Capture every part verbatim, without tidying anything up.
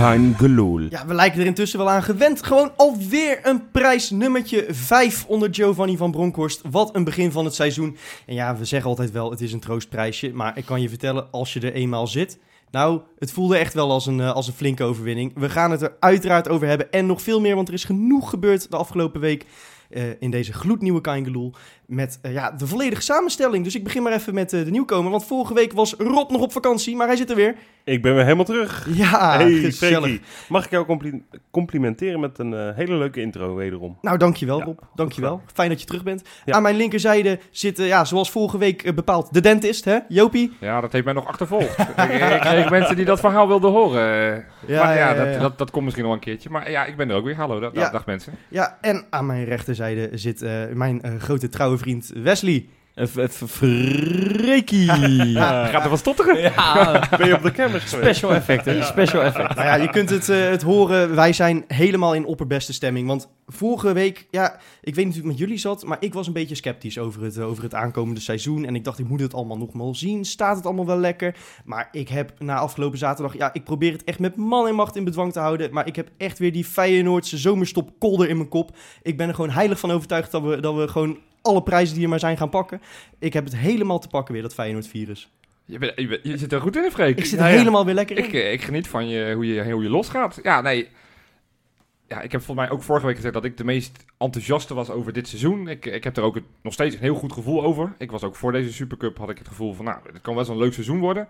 Kein Geloel. Ja, we lijken er intussen wel aan gewend. Gewoon alweer een prijs, nummertje vijf onder Giovanni van Bronckhorst. Wat een begin van het seizoen. En ja, we zeggen altijd wel, het is een troostprijsje. Maar ik kan je vertellen, als je er eenmaal zit... Nou, het voelde echt wel als een, uh, als een flinke overwinning. We gaan het er uiteraard over hebben en nog veel meer, want er is genoeg gebeurd de afgelopen week uh, in deze gloednieuwe Kein Geloel met uh, ja, de volledige samenstelling. Dus ik begin maar even met uh, de nieuwkomer, want vorige week was Rob nog op vakantie, maar hij zit er weer. Ik ben weer helemaal terug. Ja, hey, gezellig. Freekie. Mag ik jou compli- complimenteren met een uh, hele leuke intro wederom? Nou, dankjewel Ja, Rob, dankjewel. Fijn dat je terug bent. Ja. Aan mijn linkerzijde zit, uh, ja, zoals vorige week uh, bepaald, de dentist, hè? Jopie? Ja, dat heeft mij nog achtervolgd. ik, ik kreeg mensen die dat verhaal wilden horen. Ja, maar ja, ja, ja, dat, ja. Dat, dat komt misschien nog een keertje. Maar ja, ik ben er ook weer. Hallo, dag, Ja. dag mensen. Ja, en aan mijn rechterzijde zit uh, mijn uh, grote trouwe vriend Wesley. Freekie. Ja. Gaat er wat stotteren? Ja, Ben je op de campus geweest? special effect, hè? Special effect. Nou ja, je kunt het, uh, het horen. Wij zijn helemaal in opperbeste stemming. Want vorige week, ja, ik weet niet hoe het met jullie zat, maar ik was een beetje sceptisch over het, uh, over het aankomende seizoen. En ik dacht, ik moet het allemaal nog maar zien. Staat het allemaal wel lekker? Maar ik heb na afgelopen zaterdag, ja, ik probeer het echt met man en macht in bedwang te houden. Maar ik heb echt weer die Feyenoordse zomerstop kolder in mijn kop. Ik ben er gewoon heilig van overtuigd dat we, dat we gewoon alle prijzen die er maar zijn gaan pakken. Ik heb het helemaal te pakken weer, dat Feyenoord-virus. Je, bent, je, bent, je zit er goed in, Freek. Ik zit Ja, ja. helemaal weer lekker in. Ik, ik geniet van je, hoe, je, hoe je losgaat. Ja, nee. Ja, ik heb volgens mij ook vorige week gezegd dat ik de meest enthousiaste was over dit seizoen. Ik, ik heb er ook het, nog steeds een heel goed gevoel over. Ik was ook voor deze Supercup, had ik het gevoel van, nou, het kan best wel een leuk seizoen worden.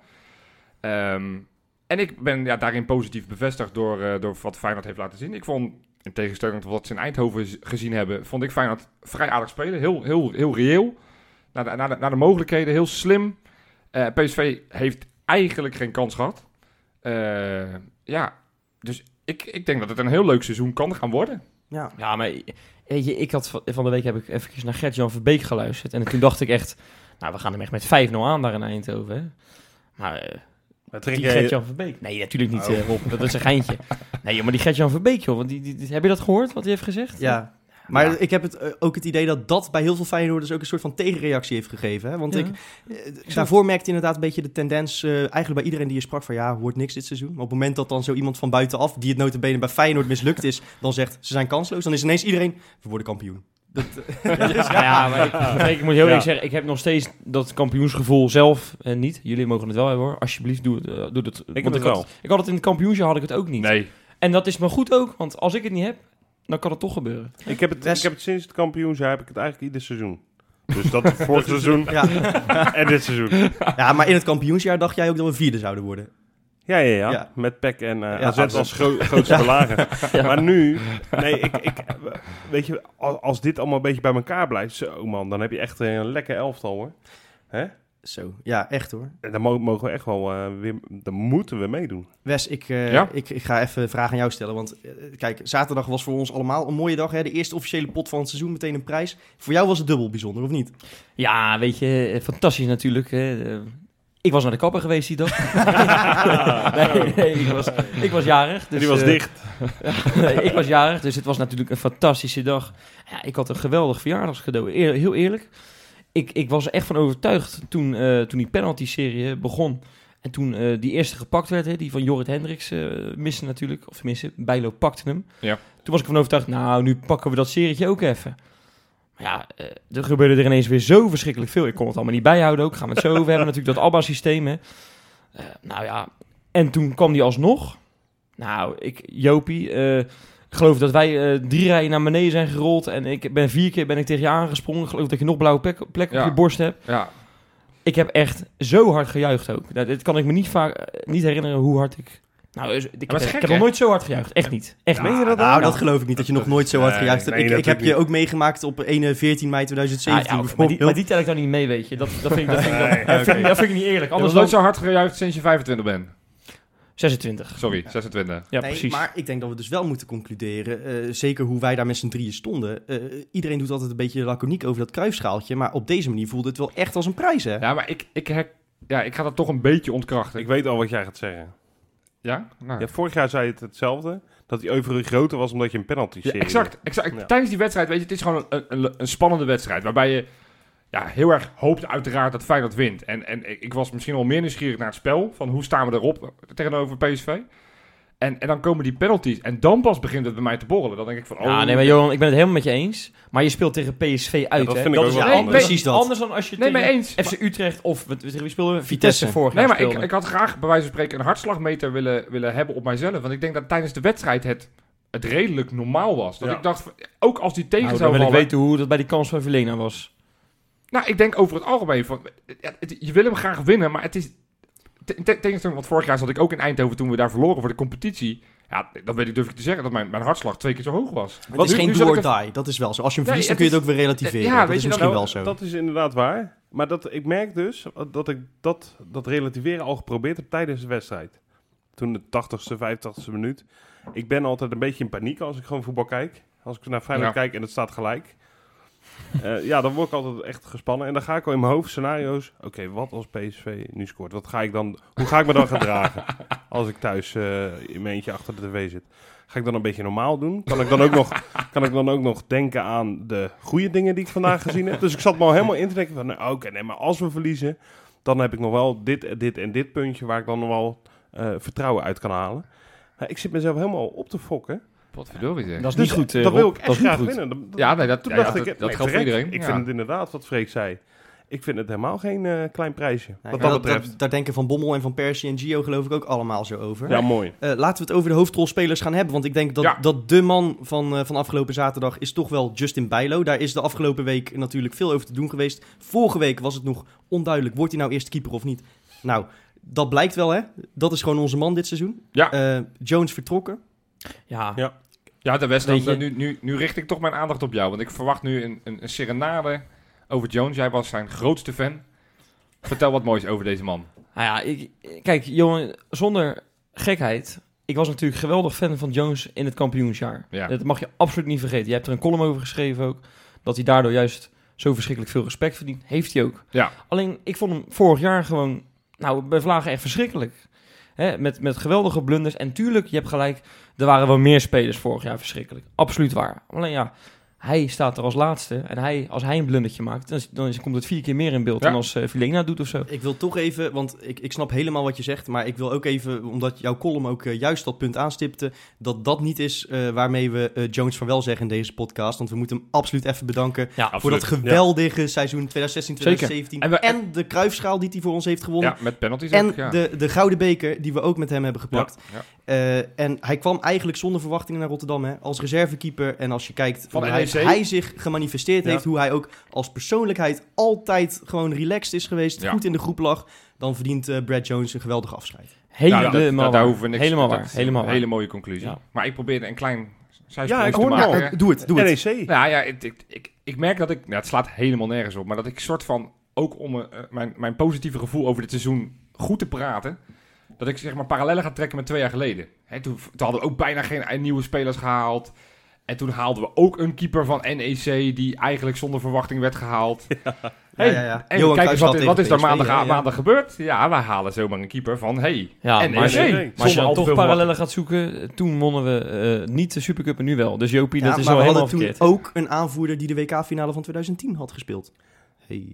Um, en ik ben ja, daarin positief bevestigd door, uh, door wat Feyenoord heeft laten zien. Ik vond, in tegenstelling tot wat ze in Eindhoven z- gezien hebben, vond ik Feyenoord vrij aardig spelen. Heel, heel, heel reëel. Naar de, naar, de, naar de mogelijkheden, heel slim. Uh, P S V heeft eigenlijk geen kans gehad. Uh, ja, dus ik, ik denk dat het een heel leuk seizoen kan gaan worden. Ja. Ja, maar weet je, ik had van- van de week heb ik even naar Gert-Jan Verbeek geluisterd. En toen dacht ik echt, nou, we gaan hem echt met vijf nul aan daar in Eindhoven. Hè? Maar uh, Maar trek die jij- Gert-Jan Verbeek... Nee, natuurlijk niet, Oh. uh, Rob. Dat is een geintje. Nee, joh, maar die Gert-Jan Verbeek, joh. Want die, die, die- heb je dat gehoord, wat hij heeft gezegd? Ja, maar Ja. ik heb het, uh, ook het idee dat dat bij heel veel Feyenoorders ook een soort van tegenreactie heeft gegeven. Hè? Want Ja. ik, uh, daarvoor merkte je inderdaad een beetje de tendens, uh, eigenlijk bij iedereen die je sprak van ja, wordt niks dit seizoen. Maar op het moment dat dan zo iemand van buitenaf, die het nota bene bij Feyenoord mislukt is, dan zegt ze zijn kansloos, dan is ineens iedereen, we worden kampioen. Dat, uh, Ja, ja, maar ik, Freek, ik moet heel eerlijk Ja. zeggen, ik heb nog steeds dat kampioensgevoel zelf uh, niet. Jullie mogen het wel hebben hoor. Alsjeblieft, doe het. Uh, doe het. heb Want het had wel. het- ik had het in het kampioensjaar had ik het ook niet. Nee. En dat is me goed ook, want als ik het niet heb, dan kan het toch gebeuren. Ik heb, het, Wes- ik heb het sinds het kampioensjaar heb ik het eigenlijk ieder seizoen. Dus dat vorig seizoen ja. en dit seizoen. ja, maar in het kampioensjaar dacht jij ook dat we vierde zouden worden. Ja, ja, ja. Ja. Met P E C en uh, Ja, A Z A Z. als gro- grootste belager. Maar nu, nee, ik, ik, weet je, als, als dit allemaal een beetje bij elkaar blijft, zo man, dan heb je echt een lekker elftal hoor. Hè? Zo, ja, echt hoor. En dan mo- mogen we echt wel uh, weer, dan moeten we meedoen. Wes, ik, uh, Ja? ik, ik ga even een vraag aan jou stellen. Want uh, kijk, zaterdag was voor ons allemaal een mooie dag. Hè? De eerste officiële pot van het seizoen, meteen een prijs. Voor jou was het dubbel bijzonder, of niet? Ja, weet je, eh, fantastisch natuurlijk. Hè. Eh, Ik was naar de kapper geweest die dag. nee, nee, ik was, ik was jarig. Dus, En die was eh, dicht. nee, ik was jarig, dus het was natuurlijk een fantastische dag. Ja, ik had een geweldig verjaardagscadeau, Eer- heel eerlijk. Ik, ik was er echt van overtuigd toen, uh, toen die penalty-serie begon. En toen uh, die eerste gepakt werd, hè, die van Jorrit Hendricks uh, miste natuurlijk. Of tenminste, Bijlo pakte hem. Ja. Toen was ik van overtuigd, nou, nu pakken we dat serietje ook even. Maar ja, uh, er gebeurde er ineens weer zo verschrikkelijk veel. Ik kon het allemaal niet bijhouden ook. Gaan we het zo over hebben. Natuurlijk dat Alba-systeem, hè. Uh, nou ja, en toen kwam die alsnog. Nou, ik, Jopie, uh, ik geloof dat wij uh, drie rijen naar beneden zijn gerold. En ik ben vier keer ben ik tegen je aangesprongen. Ik geloof dat je nog blauwe plek, plek Ja. op je borst hebt. Ja. Ik heb echt zo hard gejuicht ook. Nou, dit kan ik me niet vaak uh, niet herinneren hoe hard ik... Nou, ik, ik, dat is ik gek, heb hè? nog nooit zo hard gejuicht. Echt niet. Echt Meen niet. je dat Nou, dan? dat geloof ik niet, dat je nog nooit zo hard Nee, gejuicht hebt. nee, ik ik natuurlijk heb je niet. ook meegemaakt op ene veertien mei tweeduizend Ah, zeventien ja, oké, maar, bijvoorbeeld. die, maar die tel ik dan niet mee, weet je. Dat, dat, vind, ik, dat, vind, ik, dat, Nee, dat, vind, ik, oké. dat vind ik niet eerlijk. Je Anders was nooit dan zo hard gejuicht sinds je vijfentwintig bent. zesentwintig. Sorry, zesentwintig. Ja, nee, precies. maar ik denk dat we dus wel moeten concluderen, uh, zeker hoe wij daar met z'n drieën stonden. Uh, iedereen doet altijd een beetje laconiek over dat kruifschaaltje, maar op deze manier voelde het wel echt als een prijs, hè? Ja, maar ik, ik, hek, ja, ik ga dat toch een beetje ontkrachten. Ik weet al wat jij gaat zeggen. Ja? Nou. Ja, vorig jaar zei je het hetzelfde. Dat die euforie groter was omdat je een penalty Ja, serie exact. exact. Ja. Tijdens die wedstrijd, weet je, het is gewoon een, een, een spannende wedstrijd. Waarbij je ja, heel erg hoopt uiteraard dat Feyenoord wint. En, en ik was misschien wel meer nieuwsgierig naar het spel. Van hoe staan we erop tegenover P S V. En, en dan komen die penalties. En dan pas begint het bij mij te borrelen. Dan denk ik van... Oh, Ja, nee, maar Johan, ik ben het helemaal met je eens. Maar je speelt tegen P S V uit, dat hè? vind ik ook is wel ja, anders. Precies dat. Anders dan als je Nee, tegen mee eens. F C Utrecht of... Wat, wie speelde? Vitesse, Vitesse. vorig Nee, jaar maar ik, speelde. ik had graag bij wijze van spreken een hartslagmeter willen, willen hebben op mijzelf. Want ik denk dat tijdens de wedstrijd het, het redelijk normaal was. Dat Ja. ik dacht, van, ook als die tegen Nou, zou dan wil ik vallen... weten hoe dat bij die kans van Vilena was. Nou, ik denk over het algemeen van... ja, het- je wil hem graag winnen, maar het is... te- te- Tegenstelling, want vorig jaar zat ik ook in Eindhoven toen we daar verloren voor de competitie. Ja, dan weet ik, durf ik te zeggen dat mijn, mijn hartslag twee keer zo hoog was. Het is Nu- geen nu do zat or ik er- die, dat is wel zo. Als je hem Nee, verliest, dan het kun je het is- ook weer relativeren. ja, dat weet is je, misschien dan- wel zo. Dat is inderdaad waar. Maar dat, ik merk dus dat ik dat, dat relativeren al geprobeerd heb tijdens de wedstrijd. Toen de tachtigste, vijfentachtigste minuut. Ik ben altijd een beetje in paniek als ik gewoon voetbal kijk. Als ik naar Feyenoord Ja. kijk en het staat gelijk. Uh, ja, dan word ik altijd echt gespannen. En dan ga ik al in mijn hoofd scenario's. Oké, okay, wat als P S V nu scoort? Wat ga ik dan, hoe ga ik me dan gedragen als ik thuis uh, in mijn eentje achter de tv zit? Ga ik dan een beetje normaal doen? Kan ik dan ook nog, kan ik dan ook nog denken aan de goede dingen die ik vandaag gezien heb? Dus ik zat me al helemaal in te denken van... Nou, oké, okay, nee, maar als we verliezen... dan heb ik nog wel dit, dit en dit puntje... waar ik dan nog wel uh, vertrouwen uit kan halen. Uh, ik zit mezelf helemaal op te fokken. Wat verdorie zeg. Dat is Dus niet goed, uh, dat Rob. wil ik echt Dat is niet graag goed. winnen. Dat, dat, Ja, nee, dat, toen ja, dacht ja, ik... dat, dat nee, geldt voor terecht. iedereen. Ik ja. vind het inderdaad, wat Freek zei... Ik vind het helemaal geen uh, klein prijsje. Ja, wat dat, dat betreft. dat, daar denken Van Bommel en Van Persie en Gio geloof ik ook allemaal zo over. Ja, mooi. Uh, laten we het over de hoofdrolspelers gaan hebben. Want ik denk dat, Ja. dat de man van, uh, van afgelopen zaterdag is toch wel Justin Bijlo. Daar is de afgelopen week natuurlijk veel over te doen geweest. Vorige week was het nog onduidelijk. Wordt hij nou eerste keeper of niet? Nou, dat blijkt wel hè. Dat is gewoon onze man dit seizoen. Ja. Uh, Jones vertrokken. Ja, Ja. Ja, de West, Weet je- dan, nu, nu, nu richt ik toch mijn aandacht op jou. Want ik verwacht nu een, een, een serenade over Jones. Jij was zijn grootste fan. Vertel wat moois over deze man. Nou ja, ik, kijk, jongen, zonder gekheid. Ik was natuurlijk geweldig fan van Jones in het kampioensjaar. Ja. Dat mag je absoluut niet vergeten. Je hebt er een column over geschreven ook. Dat hij daardoor juist zo verschrikkelijk veel respect verdient. Heeft hij ook. Ja. Alleen, ik vond hem vorig jaar gewoon, nou, bij Vlagen echt verschrikkelijk. Hè, met, met geweldige blunders. En tuurlijk, je hebt gelijk, er waren wel meer spelers vorig jaar verschrikkelijk. Absoluut waar. Alleen ja, hij staat er als laatste. En hij, als hij een blundertje maakt, dan, is- dan is, komt het vier keer meer in beeld Ja. dan als uh, Vilena doet of zo. Ik wil toch even, want ik, ik snap helemaal wat je zegt. Maar ik wil ook even, omdat jouw column ook uh, juist dat punt aanstipte. Dat dat niet is uh, waarmee we uh, Jones vaarwel zeggen in deze podcast. Want we moeten hem absoluut even bedanken. Ja, Voor absoluut. dat geweldige seizoen twintig zestien twintig zeventien. En we- En de Cruijffschaal die hij voor ons heeft gewonnen. Ja, met penalties En ook. Ja. de, de Gouden Beker die we ook met hem hebben gepakt. Ja. Uh, en hij kwam eigenlijk zonder verwachtingen naar Rotterdam hè, als reservekeeper. En als je kijkt Van hoe N E C. hij, hij zich gemanifesteerd Ja. heeft, hoe hij ook als persoonlijkheid altijd gewoon relaxed is geweest, Ja. goed in de groep lag, dan verdient uh, Brad Jones een geweldige afscheid. Helemaal Nou, dat- dat- waar. daar hoeven we niks Helemaal dat waar. is Helemaal een waar. hele mooie conclusie. Ja. Maar ik probeerde een klein Ja, zijsprongetje ik te hoor hem maken. al. doe het, doe N E het. C. Nou ja, ik, ik, ik, ik merk dat ik... Nou, het slaat helemaal nergens op. Maar dat ik soort van... Ook om uh, mijn, mijn positieve gevoel over dit seizoen goed te praten... Dat ik zeg maar parallellen ga trekken met twee jaar geleden. Hè, toen, toen hadden we ook bijna geen nieuwe spelers gehaald. En toen haalden we ook een keeper van N E C... die eigenlijk zonder verwachting werd gehaald. Hey, Ja, ja, ja. En Johan kijk eens, wat, Cruijffschaal wat is tegen daar maandag, P S V, ja, ja. maandag gebeurd? Ja, wij halen zomaar een keeper van... Hey, Ja, en maar als, je, nee, maar nee. als je Zonder al dan te toch veel parallellen gaat zoeken, toen wonnen we uh, niet de Supercup en nu wel. Dus Jopie, Ja, dat is maar wel we helemaal hadden toen verkeerd. ook een aanvoerder die de W K-finale van twintig tien had gespeeld. Hey.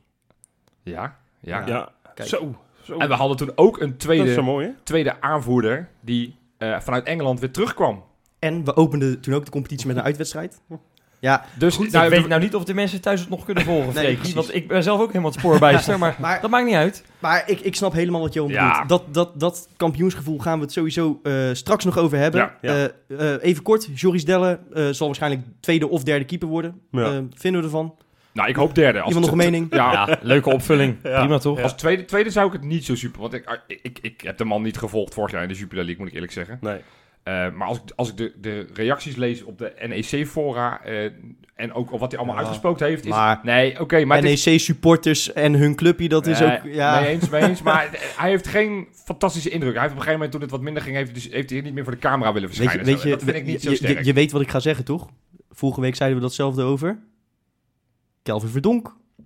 ja, ja. Ja. Ja, Kijk. zo. zo. En we hadden toen ook een Dat is zo tweede, mooi, hè? tweede aanvoerder... die uh, vanuit Engeland weer terugkwam. En we openden toen ook de competitie met een uitwedstrijd. Ja, Dus Goed, nou, ik weet nou niet of de mensen thuis het nog kunnen volgen, Nee, Freek. precies. Want ik ben zelf ook helemaal het spoorbijster, maar, maar dat maakt niet uit. Maar ik, ik snap helemaal wat Johan Ja. bedoelt. Dat, dat, dat kampioensgevoel gaan we het sowieso uh, straks nog over hebben. Ja, ja. Uh, uh, even kort, Joris Delle uh, zal waarschijnlijk tweede of derde keeper worden. Ja. Uh, vinden we ervan? nou, ik hoop derde. Als Iemand nog een mening? Ja, Ja, leuke opvulling. Ja. Prima toch? Ja. als tweede, tweede zou ik het niet zo super... Want ik, ik, ik, ik heb de man niet gevolgd vorig jaar in de Jupiler League, moet ik eerlijk zeggen. Nee. Uh, maar als ik, als ik de, de reacties lees op de N E C-fora... Uh, en ook op wat hij allemaal Ja, uitgespookt heeft... Is, maar- nee, oké, okay, maar... N het E is- C-supporters en hun clubje, dat is Nee, ook... Ja, Mee eens, mee eens. Maar hij heeft geen fantastische indruk. Hij heeft op een gegeven moment, toen het wat minder ging... heeft, dus, heeft hij niet meer voor de camera willen weet je, verschijnen. weet je, dat vind ik niet je, zo sterk. je, je weet wat ik ga zeggen, toch? Vorige week zeiden we datzelfde over. Kelvin Verdonk.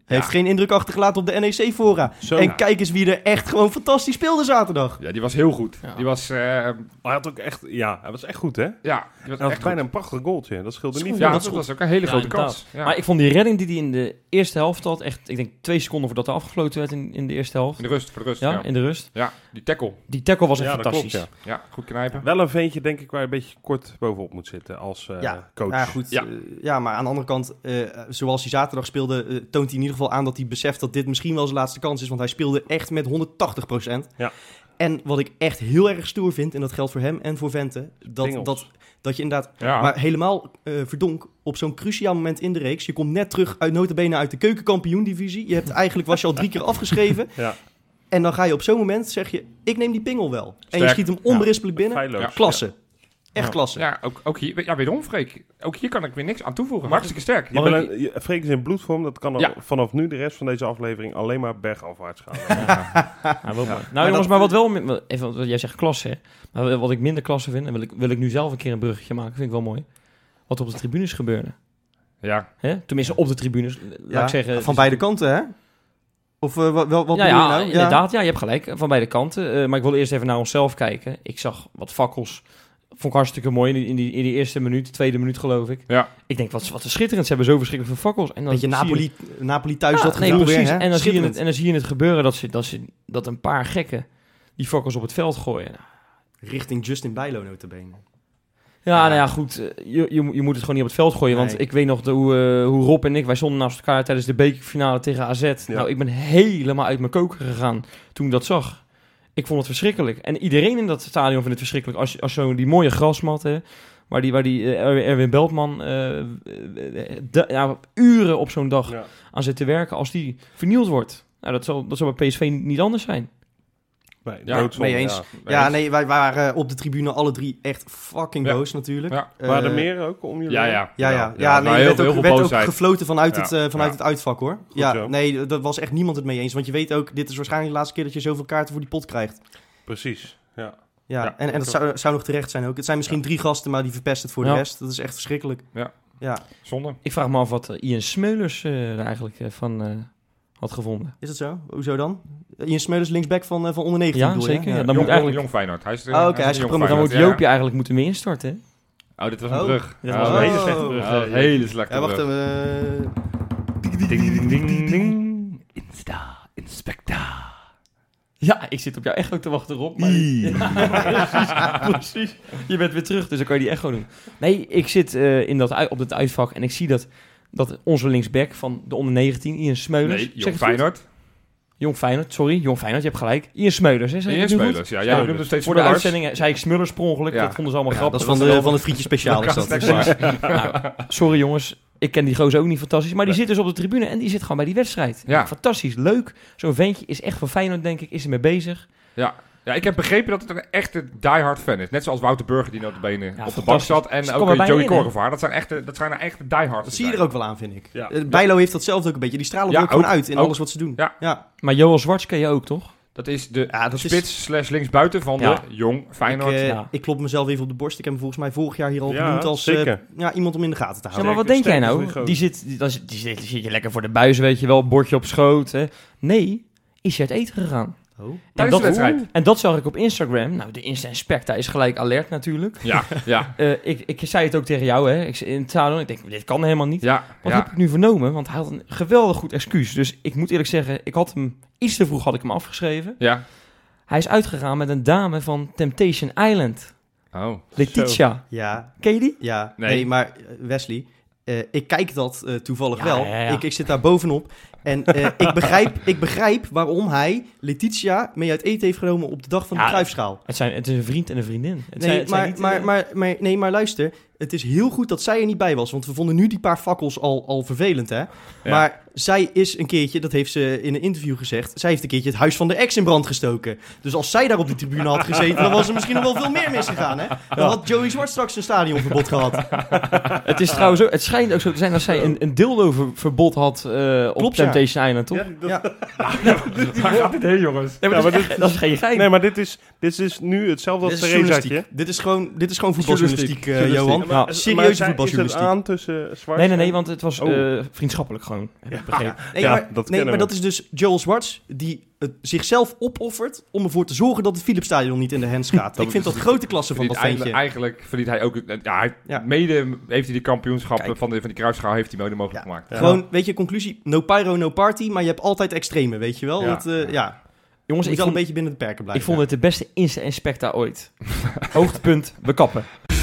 Hij heeft geen indruk achtergelaten op de N E C-fora. Zo. En kijk eens wie er echt gewoon fantastisch speelde zaterdag. Ja, die was heel goed. Ja. Die was, uh, Hij had ook echt, ja, hij was echt goed, hè? ja, die was Hij had echt bijna goed. een prachtig goaltje. Dat scheelde niet Ja, veel. Ja, dat dat is was ook een hele Ja, grote inderdaad. kans. Ja. Maar ik vond die redding die hij in de eerste helft had, echt, ik denk twee seconden voordat er afgefloten werd in, in de eerste helft. In de rust, voor de rust. Ja, Ja, in de rust. ja die tackle. Die tackle was echt Ja, dat fantastisch. klopt, ja. Ja, goed knijpen. Wel een veentje, denk ik, waar je een beetje kort bovenop moet zitten als uh, Ja, coach. Nou ja, goed. Ja. Ja. ja, maar aan de andere kant, uh, zoals hij zaterdag speelde, uh, toont hij in ieder geval aan dat hij beseft dat dit misschien wel zijn laatste kans is. Want hij speelde echt met honderdtachtig procent. Ja. En wat ik echt heel erg stoer vind, en dat geldt voor hem en voor Vente, dat, Pingels. dat, dat je inderdaad, Ja. maar helemaal uh, Verdonk, op zo'n cruciaal moment in de reeks. Je komt net terug uit nota bene uit de keukenkampioen-divisie. Je hebt eigenlijk, was je al drie keer afgeschreven. Ja. En dan ga je op zo'n moment, zeg je, ik neem die pingel wel. En je Sterk. schiet hem onberispelijk binnen. Feilloos. Ja. Klasse. Echt Ja. klasse. Ja, ook, ook hier, ja, wederom, Freek. Ook hier kan ik weer niks aan toevoegen. Hartstikke sterk. Je bent een- je- Freek is in bloedvorm. Dat kan al Ja. vanaf nu de rest van deze aflevering alleen maar bergafwaarts gaan. Ja, wel mooi. Nou Maar jongens, dat- maar wat wel, mi- even, wat jij zegt klasse, hè. Maar wat ik minder klasse vind, en wil ik, wil ik nu zelf een keer een bruggetje maken, vind ik wel mooi. Wat op de tribunes gebeurde. Ja, Hè? Tenminste, op de tribunes, laat Ja, ik zeggen. van beide kanten, hè? Of uh, wat, wat ja, bedoel ja, je nou? inderdaad. Ja, je hebt gelijk. Van beide kanten. Uh, maar ik wil eerst even naar onszelf kijken. Ik zag wat fakkels. Vond ik hartstikke mooi in die, in die, in die eerste minuut, tweede minuut geloof ik. ja. Ik denk, wat, wat schitterend. Ze hebben zo verschrikkelijk veel fakkels. En dan Beetje zie je- Napoli, Napoli thuis Ja, dat nee, gevoel precies. weer, hè? En, dan zie je het, Schitterend. en dan zie je het gebeuren dat, ze, dat, ze, dat een paar gekken die fakkels op het veld gooien. Richting Justin Bijlo notabene. Ja, Ja. nou ja, goed. eh, Je, je, je moet het gewoon niet op het veld gooien. Nee. Want ik weet nog de, hoe, eh, hoe Rob en ik, wij stonden naast elkaar tijdens de bekerfinale tegen A Z. Nou, ik ben helemaal uit mijn koker gegaan toen ik dat zag. Ik vond het verschrikkelijk. En iedereen in dat stadion vindt het verschrikkelijk. Als, als zo die mooie grasmat, hè, waar die, waar die eh, Erwin Beltman eh, eh, de, ja, uren op zo'n dag Ja. aan zit te werken, als die vernield wordt. Nou, dat zal, dat zal bij P S V niet anders zijn. Nee, Ja, doodzonde, mee eens. ja. Ja, nee, wij waren op de tribune alle drie echt fucking Ja. boos natuurlijk. Ja. Eh, Waren er meer ook om jullie? Ja, heen? ja. Ja, ja, ja, Ja, nee, maar er heel- werd ook, heel veel werd ook boosheid. gefloten vanuit, Ja. het, uh, vanuit Ja. het uitvak, hoor. Goed ja, zo. nee, daar was echt niemand het mee eens. Want je weet ook, dit is waarschijnlijk de laatste keer dat je zoveel kaarten voor die pot krijgt. Precies, ja. Ja, Ja, en, en dat zou, zou nog terecht zijn ook. Het zijn misschien drie gasten, maar die verpest het voor Ja. de rest. Dat is echt verschrikkelijk. Ja. Ja, Zonde. Ik vraag me af wat eh, Ian Smeulers eh, er eigenlijk eh, van eh, had gevonden. is dat zo? Hoezo dan? Ian Smeulers linksback van, uh, van onder negentien Ja, bedoel je, zeker. hè? Ja, dan jong, moet eigenlijk... jong Feyenoord. Hij is, Oh, oké, een hij is jong gepromoveerd. Dan moet Feyenoord, Joopje eigenlijk moeten mee instorten. hè? Ja. Oh, dit was een Oh. brug. Dit Oh, was een Oh. hele slechte brug. Oh, een hele slechte Ja, wacht brug. even. eh, Ding, ding, ding, ding. Insta, Inspecta. Ja, ik zit op jouw echo te wachten, Rob. Maar... Ja, precies, precies. Je bent weer terug, dus dan kan je die echo doen. Nee, ik zit eh, in dat, ui- op dat uitvak en ik zie dat, dat onze linksback van de onder negentien, Ian Smeulers... Nee, zeg jong het goed? Feyenoord. Jong Feyenoord, sorry. Jong Feyenoord, je hebt gelijk. Ian Smeulers, hè? Zeg ik Ian het nu goed? Smeulers, ja. Jij Smeulers. noemt hem steeds Voor de Smeulers. uitzending zei ik Smullers per ongeluk. Ja. Dat vonden ze allemaal Ja, grappig. dat is van, de, van het frietje speciaal. Is dat. Precies. Nou, sorry jongens, ik ken die gozer ook niet fantastisch. Maar die zit dus op de tribune en die zit gewoon bij die wedstrijd. Ja. Fantastisch, leuk. Zo'n ventje is echt van Feyenoord, denk ik. Is er mee bezig. Ja. Ja, ik heb begrepen dat het een echte diehard fan is. Net zoals Wouter Burger die notabene Ja, op de bank fantastisch. zat. En Ze ook komen eh, bijna Joey in, hè? Korrevaar. Dat zijn echte, dat zijn echte diehards. Dat zie je er ook wel aan, vind ik. Ja. Eh, Bijlo heeft dat zelf ook een beetje. Die stralen er Ja, ook gewoon ook. uit in Ook. alles wat ze doen. Ja. ja. Maar Joel Zwarts ken je ook, toch? Dat is de Ja, dat is- spits slash linksbuiten van Ja. de Jong Feyenoord. Ik, eh, ja. ik klop mezelf even op de borst. Ik heb hem volgens mij vorig jaar hier al Ja, genoemd als eh, zeker. ja, iemand om in de gaten te Ja, houden. maar wat denk sterk jij is nou? die gozer. Die zit, die, dan zit, die zit, zit je lekker voor de buis, weet je wel. Bordje op schoot. Hè? Nee, is je uit eten gegaan. Oh. En Tijdens dat, de wedstrijd. en dat zag ik op Instagram. Nou, de Insta Inspecta is gelijk alert natuurlijk. Ja, ja, Eh, ik, ik zei het ook tegen jou, hè. Ik, in het stadion, ik denk, dit kan helemaal niet. ja. Wat ja. heb ik nu vernomen? Want hij had een geweldig goed excuus. Dus ik moet eerlijk zeggen, ik had hem iets te vroeg had ik hem afgeschreven. Ja. Hij is uitgegaan met een dame van Temptation Island. Oh. Letitia. Ja, Ken je die? ja. Nee. Nee, maar eh, Wesley, eh, ik kijk dat eh, toevallig Ja, wel. ja, ja. Ik, ik zit daar bovenop. En eh, ik, begrijp, ik begrijp waarom hij Letitia mee uit eten heeft genomen op de dag van de Ja, kruifschaal. Het, zijn, het is een vriend en een vriendin. Het zijn, Nee, het zijn maar, niet, maar, eh, maar, maar, nee, maar luister. Het is heel goed dat zij er niet bij was. Want we vonden nu die paar fakkels al, al vervelend, hè? Maar zij is een keertje, dat heeft ze in een interview gezegd... zij heeft een keertje het huis van de ex in brand gestoken. Dus als zij daar op de tribune had gezeten... dan was er misschien nog wel veel meer misgegaan, hè? Dan had Joey Zwart straks een stadionverbod gehad. Het is trouwens ook, het schijnt ook zo te zijn dat zij een, een dildo-verbod had eh, op Klopt, ja. Temptation Temptation Island, toch? Ja, dat- Ja. Waar gaat dit heen, jongens? Nee, maar Ja, dat, maar is echt- dat is geen gein. Nee, maar dit is, dit is nu hetzelfde als Dit is Theresaatje. journalistiek. Dit is gewoon, dit is gewoon voetbaljournalistiek, eh, Journalistiek. Johan. Ja, maar- Ja. serieuze maar zij- voetbaljournalistiek. Is het aan tussen Zwart? Nee, nee, nee, want het was Oh. eh, vriendschappelijk gewoon. Heb ik begrepen. Nee, Ja, maar, dat nee, kennen maar we. dat is dus Joel Zwarts die het zichzelf opoffert om ervoor te zorgen dat het Philipsstadion niet in de hands gaat. Dat Ik vind is- dat grote klasse van Verdient dat ventje. eigenlijk, eigenlijk verdient hij ook... eh, Ja, hij, Ja. mede heeft hij die kampioenschap Kijk. van, de, van die kruisschaal heeft hij mede mogelijk Ja. gemaakt. Ja. Gewoon, weet je, conclusie, no pyro, no party, maar je hebt altijd extreme, weet je wel. Ja. Dat, eh, ja. Jongens, Moet ik wel een vond, beetje binnen de perken blijven. ik vond het de beste Insta en Specta ooit. Hoogtepunt, we kappen.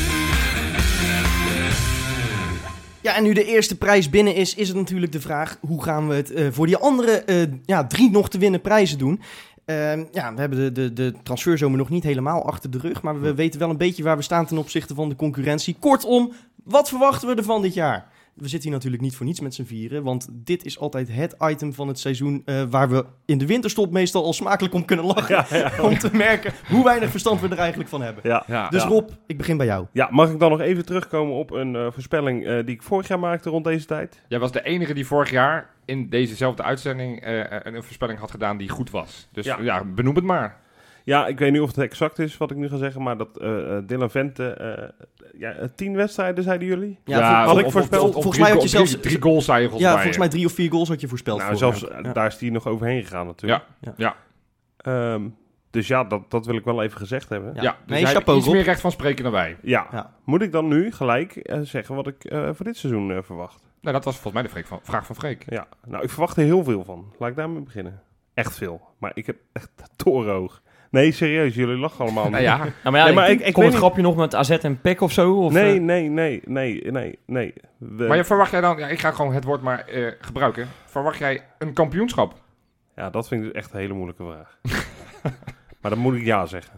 Ja, en nu de eerste prijs binnen is, is het natuurlijk de vraag... hoe gaan we het eh, voor die andere eh, ja, drie nog te winnen prijzen doen? Ehm, ja, we hebben de, de, de transferzomer nog niet helemaal achter de rug... maar we weten wel een beetje waar we staan ten opzichte van de concurrentie. Kortom, wat verwachten we ervan dit jaar? We zitten hier natuurlijk niet voor niets met z'n vieren... want dit is altijd het item van het seizoen... eh, waar we in de winterstop meestal al smakelijk om kunnen lachen... Ja, ja. om te merken hoe weinig verstand we er eigenlijk van hebben. Ja. Ja. Dus Ja. Rob, ik begin bij jou. Ja, mag ik dan nog even terugkomen op een eh, voorspelling eh, die ik vorig jaar maakte rond deze tijd? Jij was de enige die vorig jaar in dezezelfde uitzending eh, een, een voorspelling had gedaan die goed was. Dus Ja. ja, benoem het maar. Ja, ik weet niet of het exact is wat ik nu ga zeggen, maar dat eh, eh, Dylan Vente... eh, ja, eh, tien wedstrijden zeiden jullie? Ja, had vol- ik voorspeld? volgens mij had je drie, zelfs- Drie goals, zei je volgens Ja, mij. volgens mij drie of vier goals had je voorspeld. Nou, vorig zelfs jaar. eh, Ja. daar is die nog overheen gegaan natuurlijk. Ja. Ja. Ja. Ehm, dus ja, dat, dat wil ik wel even gezegd hebben. Ja. Ja, dus Nee, hij heeft chapeau, iets Rob. meer recht van spreken dan wij. Ja. Ja. Moet ik dan nu gelijk eh, zeggen wat ik eh, voor dit seizoen eh, verwacht? Nou, dat was volgens mij de Freek van, vraag van Freek. Ja, nou, ik verwacht er heel veel van. Laat ik daarmee beginnen. Echt veel. Maar ik heb echt torenhoog. Nee, serieus, jullie lachen allemaal. Nou ja, Nou, maar ja, Nee, maar ik, ik- ik kon weet het niet- grapje nog met A Z en P E C of zo? Of, nee, eh, nee, nee, nee, nee, nee. We- maar je verwacht jij dan... Ja, ik ga gewoon het woord maar eh, gebruiken. Verwacht jij een kampioenschap? Oké. Ja, dat vind ik dus echt een hele moeilijke vraag. Maar dan moet ik ja zeggen.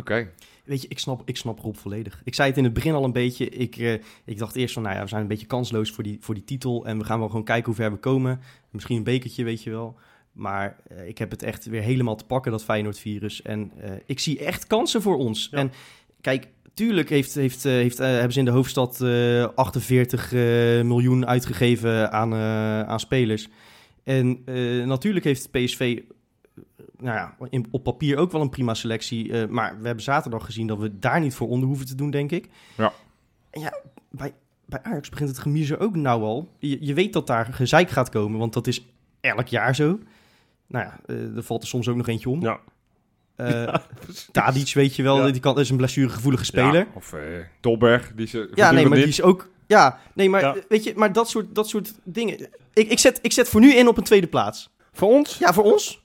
Weet je, ik snap, ik snap Rob volledig. Ik zei het in het begin al een beetje. Ik, eh, ik dacht eerst van, nou ja, we zijn een beetje kansloos voor die, voor die titel. En we gaan wel gewoon kijken hoe ver we komen. Misschien een bekertje, weet je wel. Maar eh, ik heb het echt weer helemaal te pakken, dat Feyenoord-virus. En eh, ik zie echt kansen voor ons. Ja. En kijk, tuurlijk heeft, heeft, eh, heeft, eh, hebben ze in de hoofdstad eh, achtenveertig eh, miljoen uitgegeven aan, eh, aan spelers. En eh, natuurlijk heeft P S V... eh, Nou ja, in, op papier ook wel een prima selectie. eh, maar we hebben zaterdag gezien dat we daar niet voor onder hoeven te doen, denk ik. Ja. En ja, bij, bij Ajax begint het gemiezer ook nou al. Je, je weet dat daar gezeik gaat komen, want dat is elk jaar zo. Nou ja, eh, er valt er soms ook nog eentje om. Ja. Eh, Tadic, weet je wel, Ja. die kan, is een blessuregevoelige speler. Ja, of eh Dolberg, die ze Ja, nee, maar die niet. is ook... Ja, nee, maar Ja. weet je, maar dat soort, dat soort dingen... Ik, ik, zet, ik zet voor nu in op een tweede plaats. Voor ons? Ja, voor ons.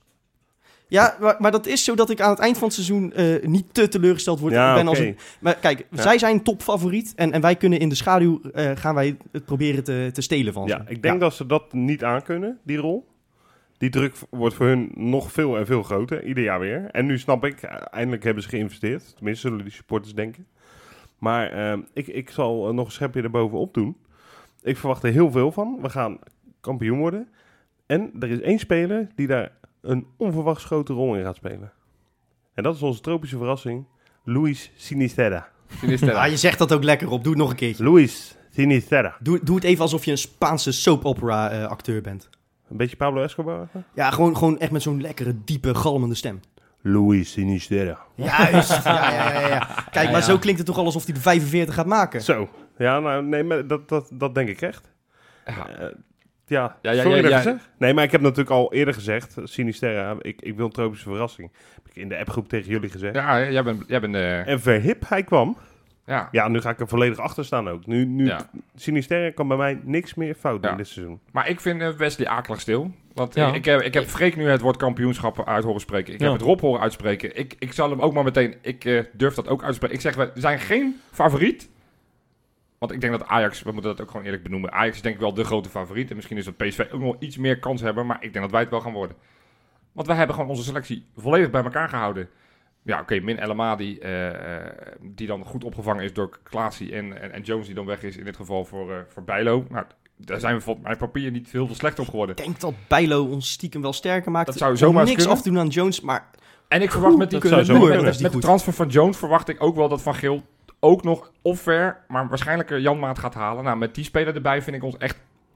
Ja, maar, maar dat is zodat ik aan het eind van het seizoen eh, niet te teleurgesteld word. Ja, ik ben als oké. een, maar kijk, Ja. zij zijn topfavoriet en, en wij kunnen in de schaduw eh, gaan wij het proberen te, te stelen van ze. Ja, ik denk dat ze dat niet aankunnen, die rol. Die druk v- wordt voor hun nog veel en veel groter, ieder jaar weer. En nu snap ik, eh, eindelijk hebben ze geïnvesteerd. Tenminste, zullen die supporters denken. Maar eh, ik, ik zal eh, nog een schepje erbovenop doen. Ik verwacht er heel veel van. We gaan kampioen worden. En er is één speler die daar een onverwachts grote rol in gaat spelen. En dat is onze tropische verrassing, Luis Sinisterra. Sinisterra. Ah, je zegt dat ook lekker op. Doe het nog een keertje. Luis Sinisterra. Doe, doe het even alsof je een Spaanse soap opera eh, acteur bent. Een beetje Pablo Escobar. hè? Ja, gewoon, gewoon echt met zo'n lekkere, diepe, galmende stem. Luis Sinisterra. Juist. ja, ja, ja, ja. Kijk, Ja, maar ja. zo klinkt het toch al alsof hij de vijfenveertig gaat maken. Zo. Ja, nou, nee, maar dat, dat, dat denk ik echt. Ja. Eh, ja, Ja, ja, sorry ja, dat ik ja. het zeg. Nee, maar ik heb natuurlijk al eerder gezegd, Sinisterra, ik, ik wil een tropische verrassing. Heb ik in de appgroep tegen jullie gezegd. Ja, jij bent... Jij bent eh, En verhip hij kwam, ja. ja, nu ga ik er volledig achter staan ook. Nu, nu Ja. Sinisterra kan bij mij niks meer fout doen Ja. dit seizoen. Maar ik vind eh, Wesley akelig stil. Want Ja. ik, ik heb, ik heb Freek nu het woord kampioenschap uit horen spreken. Ik Ja. heb het Rob horen uitspreken. Ik, ik zal hem ook maar meteen... Ik eh, durf dat ook uitspreken. Ik zeg, we zijn geen favoriet. Want ik denk dat Ajax... We moeten dat ook gewoon eerlijk benoemen. Ajax is denk ik wel de grote favoriet. En misschien is dat P S V ook nog iets meer kans hebben. Maar ik denk dat wij het wel gaan worden. Want wij hebben gewoon onze selectie volledig bij elkaar gehouden. Ja, oké, min El Amadi, eh, eh, die dan goed opgevangen is door Klaasie en, en, en Jones, die dan weg is in dit geval voor, uh, voor Bijlo. Nou, daar zijn we volgens mijn papier niet veel te slecht op geworden. Ik denk dat Bijlo ons stiekem wel sterker maakt. Dat zou Om zomaar eens niks kunnen. af te doen aan Jones, maar En ik verwacht met, die, Dat zou met, zomaar met, kunnen. met, met de transfer van Jones verwacht ik ook wel dat Van Geel ook nog of ver, maar waarschijnlijk Jan Maat gaat halen. Nou, met die speler erbij vind ik ons echt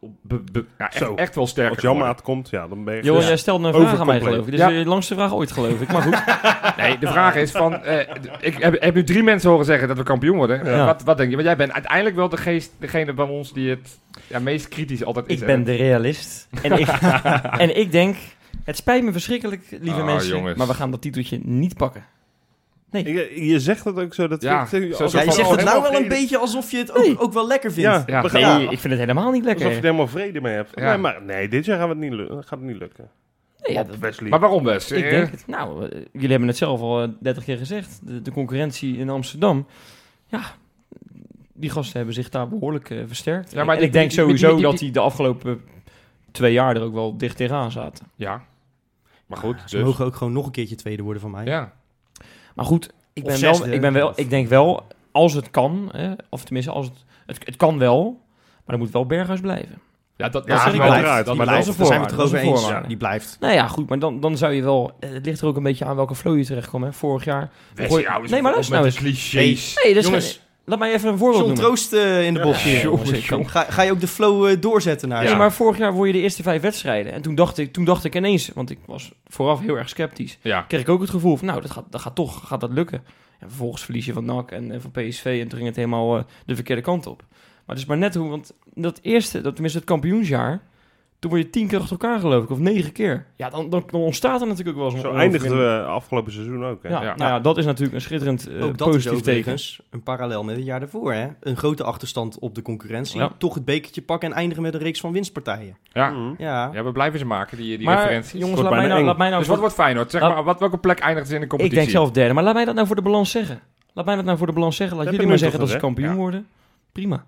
be- be- ja, echt, Zo. echt wel sterker Als jouw geworden. maat komt, ja, dan ben je... Johan, Ja. jij stelde een vraag aan mij, Overcompleet. geloof ik. Dit is Ja. de langste vraag ooit, geloof ik. Maar goed. Nee, de vraag is van... eh, ik heb, heb nu drie mensen horen zeggen dat we kampioen worden. Ja. Wat, wat denk je? Want jij bent uiteindelijk wel de geest, degene van ons die het ja, meest kritisch altijd is. Ik hè? ben de realist. En ik, en ik denk, het spijt me verschrikkelijk, lieve Oh, mensen, jongens. maar we gaan dat titeltje niet pakken. Je, je zegt het ook zo. Dat Ja, vind ik- zo- alsof zo Ja, je van, zegt oh, het nou helemaal wel een vrede- beetje alsof je het ook, Nee. ook wel lekker vindt. Ja, Ja, we nee, gaan- Nee, ik vind het helemaal niet lekker. Alsof je er helemaal vrede mee hebt. Ja. Nee, maar nee, dit jaar gaan we het niet lu- gaat het niet lukken. Nee, ja, Op dat- Wesley. Maar waarom best? ik Eh, denk het. Nou, eh, jullie hebben het zelf al dertig keer gezegd. De, de concurrentie in Amsterdam. Ja, die gasten hebben zich daar behoorlijk eh, versterkt. Ja, maar en die- ik denk die- die- sowieso die- die- dat die de afgelopen twee jaar er ook wel dicht tegenaan zaten. Ja. Maar goed, Ze dus. mogen ook gewoon nog een keertje tweede worden van mij. Ja. Maar goed, ik Of ben, zesde, wel, ik ben wel, of- ik denk wel, als het kan, hè, of tenminste, als het, het, het kan wel, maar dan moet wel Berghuis blijven. Ja, dat, Ja, dat die zeg ik blijft. uiteraard. Die Maar blijft. dat is Daar zijn we voorwaarde, het dat erover is een eens. voorwaarde. Die blijft. Nou ja, goed, maar dan, dan zou je wel, eh, het ligt er ook een beetje aan welke flow je terechtkomt. Hè. Vorig jaar. Wesley, hou eens Nee, maar op luister met nou de eens. clichés. Nee, dus Jongens, laat mij even een voorbeeld John noemen. Troost eh, in de bocht hier. jongens, jongens. jongens. Ga, ga je ook de flow eh, doorzetten naar Ja. Nee, maar vorig jaar won je de eerste vijf wedstrijden. En toen dacht ik, toen dacht ik ineens, want ik was vooraf heel erg sceptisch, Ja. kreeg ik ook het gevoel van, nou, dat gaat, dat gaat toch, gaat dat lukken. En vervolgens verlies je van N A C en, en van P S V en toen ging het helemaal eh, de verkeerde kant op. Maar het is maar net hoe, want dat eerste, dat tenminste het kampioensjaar, toen word je tien keer achter elkaar geloof ik, of negen keer. Ja, dan, dan, dan ontstaat er natuurlijk ook wel eens Zo een eindigden overwinning. we afgelopen seizoen ook. Hè? Ja, Ja. nou ja, dat is natuurlijk een schitterend eh, ook dat is positief teken. overigens een parallel met het jaar daarvoor. Hè? Een grote achterstand op de concurrentie. Ja. Toch het bekertje pakken en eindigen met een reeks van winstpartijen. Ja. Mhm. Ja, Ja, we blijven ze maken, die, die Maar referenties. jongens, Wordt laat mij, bijna nou, eng. laat mij nou Dus wat voor- wordt Feyenoord? Zeg Laat- maar, wat, welke plek eindigt ze in de ik competitie? denk zelf derde, maar laat mij dat nou voor de balans zeggen. Laat mij dat nou voor de balans zeggen. Laat Dat jullie heb maar je zeggen nu dat ze toch kampioen gezegd? worden. Prima.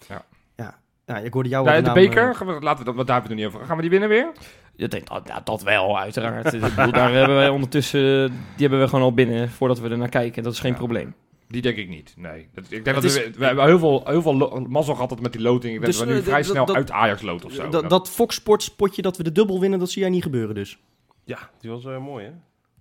ja, ik hoorde jou Ja, al de naam, beker, eh, gaan we- laten we dat, wat daar hebben we het nog niet over. Gaan we die winnen weer? Ik denk, oh, ja, dat wel, uiteraard. Ik bedoel, daar hebben wij ondertussen, die hebben we gewoon al binnen voordat we er naar kijken. Dat is geen Ja. probleem. Die denk ik niet, nee. Dat, ik denk Het dat is- we, we hebben heel veel, heel veel lo- mazzel gehad altijd met die loting. Ik denk Dus, dat we nu eh, vrij dat- snel dat- uit Ajax loten of zo. dat, dat Fox Sports potje dat we de dubbel winnen, dat zie jij niet gebeuren dus. Ja, die was eh, mooi hè?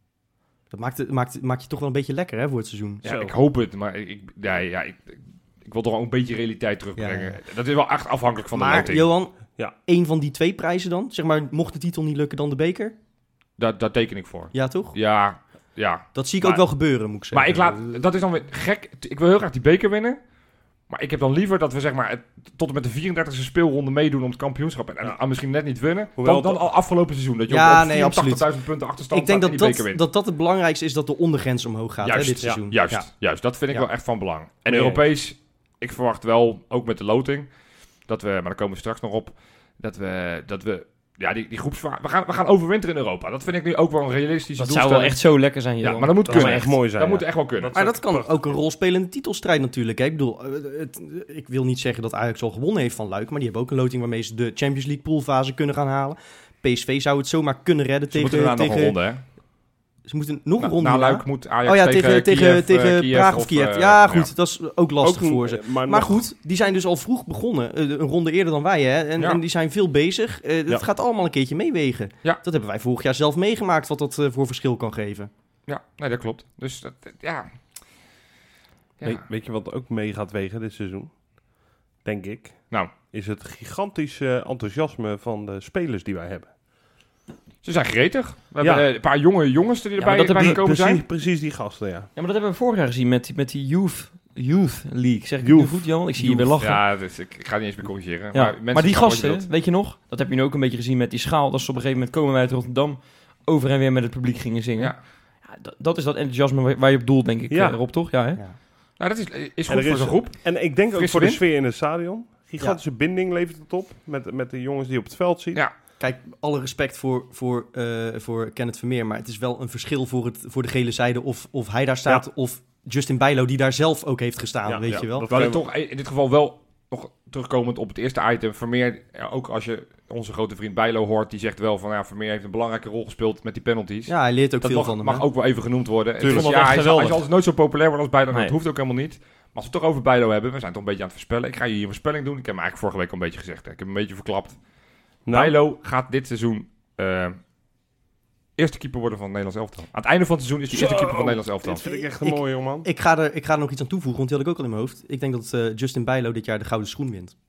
Dat maakt, het, maakt, maakt je toch wel een beetje lekker hè, voor het seizoen. Ja, Zo. ik hoop het, maar ik, ik, ja, ja, ik, ik wil toch wel een beetje realiteit terugbrengen. Ja, Dat is wel echt afhankelijk van de Maar loting. Johan, Ja. één van die twee prijzen dan? Zeg maar, mocht de titel niet lukken dan de beker? Daar, daar teken ik voor. Ja toch? Ja, ja. Dat zie ik Maar- ook wel gebeuren, moet ik Maar zeggen. ik laat, dat is dan weer gek. Ik wil heel graag die beker winnen. Maar ik heb dan liever dat we zeg maar het, tot en met de vierentdertigste speelronde meedoen om het kampioenschap. En, en Ja. aan misschien net niet winnen. Hoewel dan, dan het- al afgelopen seizoen. Dat je Ja, op, op nee, vierentachtigduizend punten achterstand Ik denk staat dat en die dat, beker wint. dat dat het belangrijkste is dat de ondergrens omhoog gaat Juist, hè, dit ja, seizoen. Juist, Ja. juist. Dat vind ik Ja. wel echt van belang. En Nee. Europees, ik verwacht wel, ook met de loting, dat we, maar daar komen we straks nog op, dat we, dat we ja, die, die groepsvaart, we gaan, we gaan overwinteren in Europa. Dat vind ik nu ook wel een realistische Dat zou wel doelstelling. echt zo lekker zijn, Ja, Johan. maar dat moet Dat zou kunnen. echt mooi zijn. Dat ja. moet echt wel kunnen. Maar dat kan ook een rol spelen in de titelstrijd natuurlijk. Hè? Ik bedoel, eh, het, ik wil niet zeggen dat Ajax al gewonnen heeft van Luik, maar die hebben ook een loting waarmee ze de Champions League poolfase kunnen gaan halen. P S V zou het zomaar kunnen redden Ze moeten tegen... daarna nog een tegen ronde, hè? Ze moeten nog een Nou, ronde na hierna. Luik moet Ajax Oh ja, tegen, tegen, tegen, Kiev, tegen eh, Kiev Praag of Kiev. eh, ja, goed, dat is ook lastig Ook een- voor ze. Maar, Maar nog- goed, die zijn dus al vroeg begonnen. eh, een ronde eerder dan wij, hè. En, Ja. en die zijn veel bezig. Eh, dat Ja. gaat allemaal een keertje meewegen. Ja. Dat hebben wij vorig jaar zelf meegemaakt, wat dat eh, voor verschil kan geven. Ja, nee, dat klopt. Dus dat, dat- ja. ja. Weet, weet je wat ook mee gaat wegen dit seizoen? Denk ik. Nou. Is het gigantische enthousiasme van de spelers die wij hebben. Ze zijn gretig. We Ja. hebben eh, een paar jonge jongens die maar erbij dat heb bij je- gekomen precies, zijn. precies die gasten, ja. Ja, maar dat hebben we vorig jaar gezien met, die- met die Youth, youth League. Zeg ik Youth. het nu goed, Johan? Ik zie je weer lachen. Ja, dus ik, ik ga niet eens meer corrigeren. Ja, Maar, maar, mensen die snappen wat je gasten, bedoelt. weet je nog? Dat heb je nu ook een beetje gezien met die schaal. Dat ze op een gegeven moment komen wij uit Rotterdam over en weer met het publiek gingen zingen. Ja. Ja, dat, dat is dat enthousiasme waar, waar je op doelt, denk ik, Ja. eh, Rob, toch? Ja, hè? Ja. Nou, dat is, is En goed er voor is- zo'n groep. En ik denk ook Frisse voor de wind. sfeer in het stadion. Gigantische binding levert het op. Met, met de jongens die je op het veld ziet. Ja. Kijk, alle respect voor, voor, eh, voor Kenneth Vermeer, maar het is wel een verschil voor, het, voor de gele zijde of, of hij daar staat Ja. of Justin Bijlo die daar zelf ook heeft gestaan, Ja, weet ja, je wel. dat- Wel ik toch in dit geval wel nog terugkomend op het eerste item. Vermeer, ja, ook als je onze grote vriend Bijlo hoort, die zegt wel van ja, Vermeer heeft een belangrijke rol gespeeld met die penalties. Ja, hij leert ook dat veel mag, van hem. mag hè? ook wel even genoemd worden. Tuurlijk. Het is- Ik vond ja, dat echt hij, zal, hij geweldig. zal nooit zo populair worden als Bijlo. Nee. Dat hoeft ook helemaal niet. Maar als we het toch over Bijlo hebben, we zijn toch een beetje aan het voorspellen. Ik ga hier een voorspelling doen. Ik heb hem eigenlijk vorige week al een beetje gezegd. Hè. Ik heb hem een beetje verklapt. Nou, Bijlo gaat dit seizoen eh, eerste keeper worden van het Nederlands elftal. Aan het einde van het seizoen is hij eerste Zo, keeper van het Nederlands elftal. dit vind ik echt een Ik- mooie jongen. Ik ga, er, ik ga er nog iets aan toevoegen, want die had ik ook al in mijn hoofd. Ik denk dat eh, Justin Bijlo dit jaar de gouden schoen wint.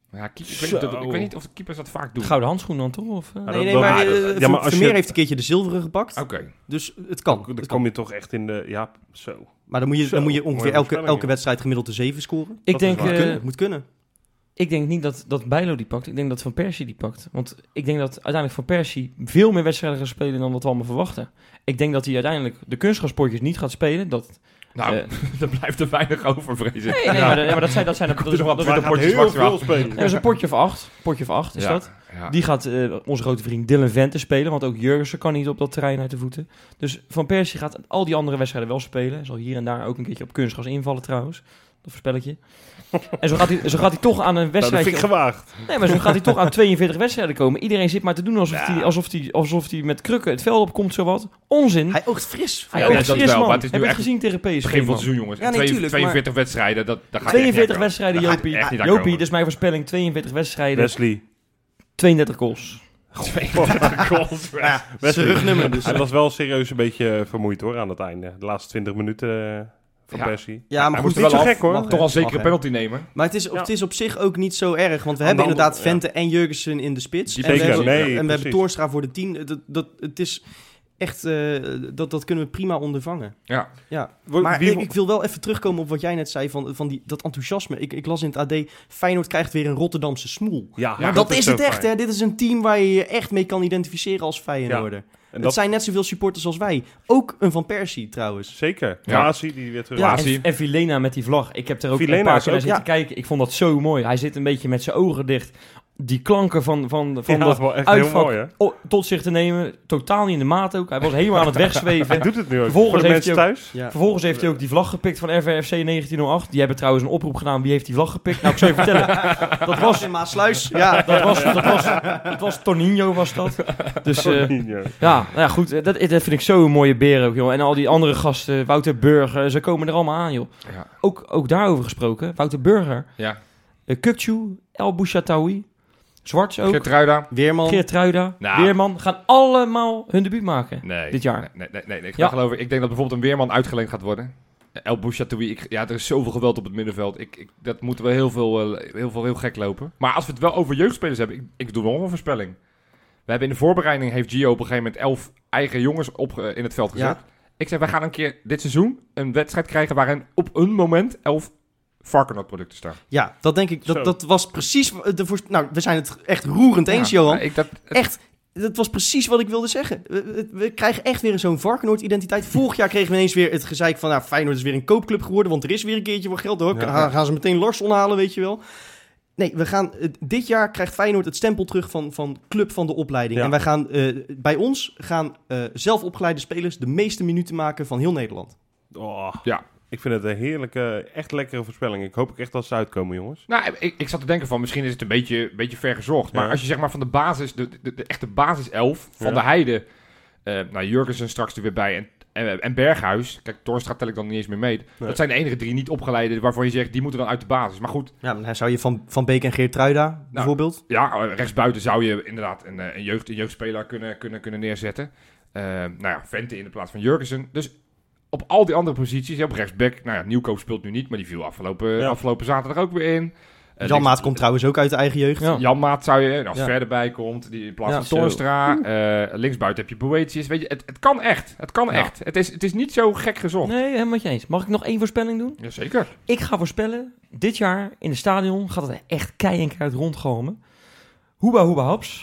Ja, keep, ik, weet niet, ik weet niet of de keepers dat vaak doen. Gouden handschoen dan toch? Of, uh? Ja, Nee, nee, dat- maar, dat- uh, ja, maar als Vermeer je- heeft een keertje de zilveren gepakt. Oké. Okay. Dus het kan. Dan Het kom kan. je toch echt in de... Ja, zo. Maar dan moet je, Zo, dan moet je mooie ongeveer elke, voorspelling, elke ja. wedstrijd gemiddeld de zeven scoren. Ik Dat denk, is waar. eh, Kunnen, moet kunnen. ik denk niet dat, dat Bijlo die pakt. Ik denk dat Van Persie die pakt. Want ik denk dat uiteindelijk Van Persie veel meer wedstrijden gaat spelen dan wat we allemaal verwachten. Ik denk dat hij uiteindelijk de kunstgraspotjes niet gaat spelen. Dat, Nou, eh, er blijft er weinig over, vrees ik. nee, nee, maar, de- ja, maar dat zijn, dat zijn de, dat is, nog wat dat is Maar de gaat potjes. heel veel spelen. Nee, dat is een potje of acht. Potje of acht is Ja, dat. ja. Die gaat eh, onze grote vriend Dylan Vente spelen. Want ook Jurgensen kan niet op dat terrein uit de voeten. Dus Van Persie gaat al die andere wedstrijden wel spelen. Zal hier en daar ook een keertje op kunstgras invallen trouwens. Dat voorspel ik je. En zo gaat, hij, zo gaat hij toch aan een Nou, dat wedstrijd. vind ik gewaagd. Nee, maar zo gaat hij toch aan tweeënveertig wedstrijden komen. Iedereen zit maar te doen alsof Ja. hij alsof hij alsof hij met krukken het veld opkomt, zowat. Onzin. Hij oogt fris. Hij Ja, ook dat is fris, wel, man. maar het is Heb nu je het echt gezien tegen P S V, Begin van man? het seizoen, jongens. Ja, nee, Twee- tuurlijk, tweeënveertig wedstrijden, dat, dat gaat tweeënveertig echt niet wedstrijden, Dat gaat Jopie. echt niet Jopie, aankomen. dit is mijn voorspelling. tweeënveertig wedstrijden, Wesley. tweeëndertig goals. tweeënveertig goals. Ja, Wesley. zijn rugnummer dus. Hij was wel serieus een beetje eh, vermoeid hoor aan het einde. De laatste twintig minuten eh, van Ja. Persie. Ja, maar Hij goed, moest er niet wel zo af, gek, hoor. mag, Toch hè. al zeker Mag, een hè. penalty nemen. Maar het is, Ja. het is op zich ook niet zo erg. Want we Aan hebben de inderdaad andere- Vente en Jurgensen in de spits. Die En we zeker, hebben, nee, en we hebben precies. Toornstra voor de tien. Dat, dat, het is echt... eh, dat, dat kunnen we prima ondervangen. Ja. Ja. Wo- Maar wie- ik, ik wil wel even terugkomen op wat jij net zei van, van die, dat enthousiasme. Ik, ik las in het A D, Feyenoord krijgt weer een Rotterdamse smoel. Ja, Maar dat, is zo het echt, fijn. hè. Dit is een team waar je je echt mee kan identificeren als Feyenoorder. En Het dat zijn net zoveel supporters als wij. Ook een Van Persie trouwens. zeker. Ja. Klaasie, die weer terug. Ja, Klaasie. En, en Vilena met die vlag. Ik heb er ook Vilena een paar is keer naar ook- zitten kijken. Ik vond dat zo mooi. Hij zit een beetje met zijn ogen dicht. Die klanken van, van, van Ja, dat wel echt uitvak heel mooi hè. o- tot zich te nemen. Totaal niet in de maat ook. Hij was helemaal aan het Hij wegzweven. doet het nu ook. Vervolgens Voor de heeft mensen hij thuis. Ja. Vervolgens heeft hij ook die vlag gepikt van R V F C negentien nul acht. Die hebben trouwens een oproep gedaan. Wie heeft die vlag gepikt? Nou, ik zou je vertellen. Dat was, in Maasluis. Ja, dat was, dat was, dat was Toninho was dat. Dus eh, Ja. ja, nou ja, goed. Dat, dat vind ik zo'n mooie beer ook, joh. En al die andere gasten, Wouter Burger, ze komen er allemaal aan, joh. Ja. Ook, ook daarover gesproken. Wouter Burger, Ja. uh, Kukçu, El Bouchatoui, Zwarts ook, Gertruida. Weerman. Geert Truida, Nou. Weerman, gaan allemaal hun debuut maken. Nee. Dit jaar. Nee, nee, nee, nee, nee. Ik, Ja. geloof, ik denk dat bijvoorbeeld een Weerman uitgeleend gaat worden. El Bouchatoui, ik, ja, er is zoveel geweld op het middenveld. Ik, ik, dat moeten we heel veel, eh, heel veel heel gek lopen. Maar als we het wel over jeugdspelers hebben, ik, ik doe nog een voorspelling. We hebben in de voorbereiding, heeft Gio op een gegeven moment elf eigen jongens op, eh, in het veld gezet. Ja. Ik zeg, wij gaan een keer dit seizoen een wedstrijd krijgen waarin op een moment elf Varkenoord producten staan. Ja, dat denk ik. Zo. Dat, dat was precies... De voor, nou, we zijn het echt roerend eens, Ja, Johan. maar Ik, dat, het- Echt. Dat was precies wat ik wilde zeggen. We, we- we krijgen echt weer zo'n Varkenoord-identiteit. Vorig jaar kregen we ineens weer het gezeik van... Nou, Feyenoord is weer een koopclub geworden, want er is weer een keertje wat geld. Hoor. Ja. Gaan, gaan ze meteen Larsson halen, weet je wel. Nee, we gaan, eh, dit jaar krijgt Feyenoord het stempel terug van, van club van de opleiding. Ja. En wij gaan, eh, bij ons gaan eh zelf opgeleide spelers de meeste minuten maken van heel Nederland. Oh, Ja. Ik vind het een heerlijke, echt lekkere voorspelling. Ik hoop ook echt dat ze uitkomen, jongens. Nou, ik, ik zat te denken van, misschien is het een beetje, beetje ver gezocht. Maar Ja. als je zeg maar van de basis, de, de, de echte basiself van Ja. de Heide... eh nou, Jurgensen straks er weer bij en, en, en Berghuis. Kijk, Toornstra tel ik dan niet eens meer mee. Nee. Dat zijn de enige drie niet opgeleiden waarvan je zegt, die moeten dan uit de basis. Maar goed, Ja, maar dan zou je van, van Beek en Geert Truida bijvoorbeeld... ja, rechtsbuiten zou je inderdaad een, eh, een, jeugd, een jeugdspeler kunnen, kunnen, kunnen neerzetten. Eh, nou ja, Vente in de plaats van Jurgensen. Dus op al die andere posities, op rechtsback... Nou ja, Nieuwkoop speelt nu niet, maar die viel afgelopen, Ja. afgelopen zaterdag ook weer in. Eh, Jan Maat links- komt trouwens ook uit de eigen jeugd. Ja. Janmaat zou je, als Ja. Ver erbij komt, die in plaats Ja, van zo. Toornstra. eh linksbuiten heb je Boetius. Weet je, het, het kan echt. Het kan Ja. echt. Het is, het is niet zo gek gezocht. Nee, helemaal met je eens. Mag ik nog één voorspelling doen? Jazeker. Ik ga voorspellen, dit jaar in het stadion gaat het echt kei en keihard rondgalmen. Hoeba hoeba haps.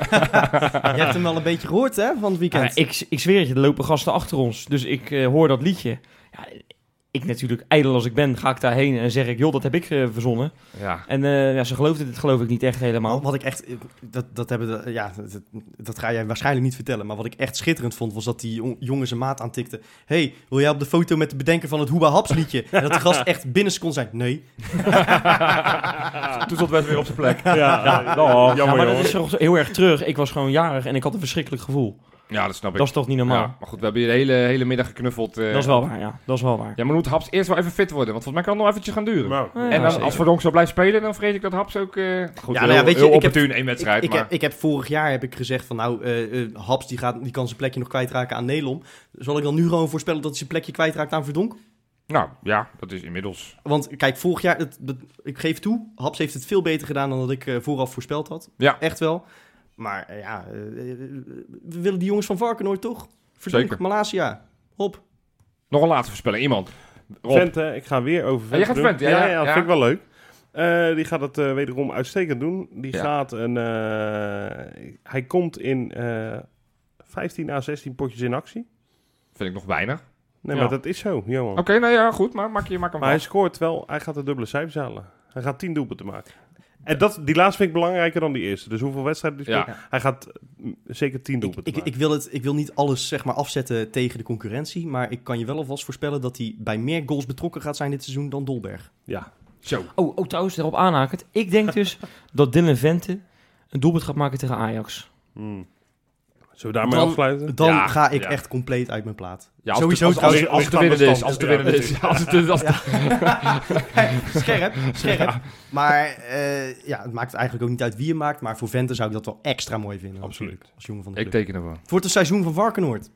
Je hebt hem wel een beetje gehoord, hè, van het weekend. Ja, ik, ik zweer het je, er lopen gasten achter ons. Dus ik eh, hoor dat liedje. Ja, ik natuurlijk, ijdel als ik ben, ga ik daarheen en zeg ik... joh, dat heb ik eh, verzonnen. Ja. En eh, ja, ze geloofden het geloof ik niet echt helemaal. Maar wat ik echt, dat, dat, hebben de, ja, dat, dat ga jij waarschijnlijk niet vertellen. Maar wat ik echt schitterend vond, was dat die jong- jongen zijn maat aantikte. Hey, wil jij op de foto met de bedenker van het Hoeba Haps liedje? En dat de gast echt binnen seconden zei, nee. Toen stond West weer op zijn plek. Ja, ja, oh, Ja, maar dat jongen. is toch heel erg terug. Ik was gewoon jarig en ik had een verschrikkelijk gevoel. Ja, dat snap ik. Dat is toch niet normaal? Ja, maar goed, we hebben je de hele, hele middag geknuffeld. eh. Dat is wel waar, ja. Dat is wel waar. Ja, maar moet Haps eerst wel even fit worden. Want volgens mij kan het nog eventjes gaan duren. Nou, Ja, en dan, zeker. als Verdonk zo blijft spelen, dan vrees ik dat Haps ook... eh goed, Ja, heel, nou ja, weet je, heel ik heb- opportun één wedstrijd. Ik, ik, maar... heb, ik heb vorig jaar heb ik gezegd van nou, eh, eh, Haps die, gaat, die kan zijn plekje nog kwijtraken aan Nelom. Zal ik dan nu gewoon voorspellen dat hij zijn plekje kwijtraakt aan Verdonk? Nou, ja, dat is inmiddels... Want kijk, vorig jaar, het, het- ik geef toe, Haps heeft het veel beter gedaan dan dat ik eh, vooraf voorspeld had. Ja. Echt wel. Maar eh, ja, eh, we willen die jongens van Varkenoord toch? Verdonk, Zeker. Malasia, hop. Nog een laatste voorspelling. Iemand. Rob. Twente, ik ga weer over Ah, jij Twente gaat doen. Twente, ja, ja, ja, dat ja. vind ik wel leuk. Eh, die gaat het eh, wederom uitstekend doen. Die Ja. gaat een... eh, hij komt in eh vijftien à zestien potjes in actie. Vind ik nog weinig. Nee, Ja. maar dat is zo, Johan. Oké, nou ja, goed. Maar maak, je, maak hem Maar hij af. scoort wel, hij gaat de dubbele cijfers halen. Hij gaat tien doelpunten maken. En dat, die laatste vind ik belangrijker dan die eerste. Dus hoeveel wedstrijden die speelt. Ja. Hij gaat mm, zeker tien Ik, doelpunten ik, maken. ik, wil het, ik wil niet alles zeg maar, afzetten tegen de concurrentie, maar ik kan je wel alvast voorspellen dat hij bij meer goals betrokken gaat zijn dit seizoen dan Dolberg. Ja. Zo. Oh, ook trouwens, erop aanhakend. Ik denk dus dat Dylan Vente een doelpunt gaat maken tegen Ajax. Hmm. Zullen we daarmee Dan- afsluiten? Dan Ja, ga ik ja. echt compleet uit mijn plaat. Ja, als Sowieso het, als, als, trouwens- als het te winnen is. Als het te winnen is. Als het te- als het- Scherp, scherp. Maar eh, ja, het maakt eigenlijk ook niet uit wie je maakt, maar voor Vente zou ik dat wel extra mooi vinden. Absoluut. natuurlijk, als jongen van de Ik club. teken ervoor. Het wordt het seizoen van Varkenoord.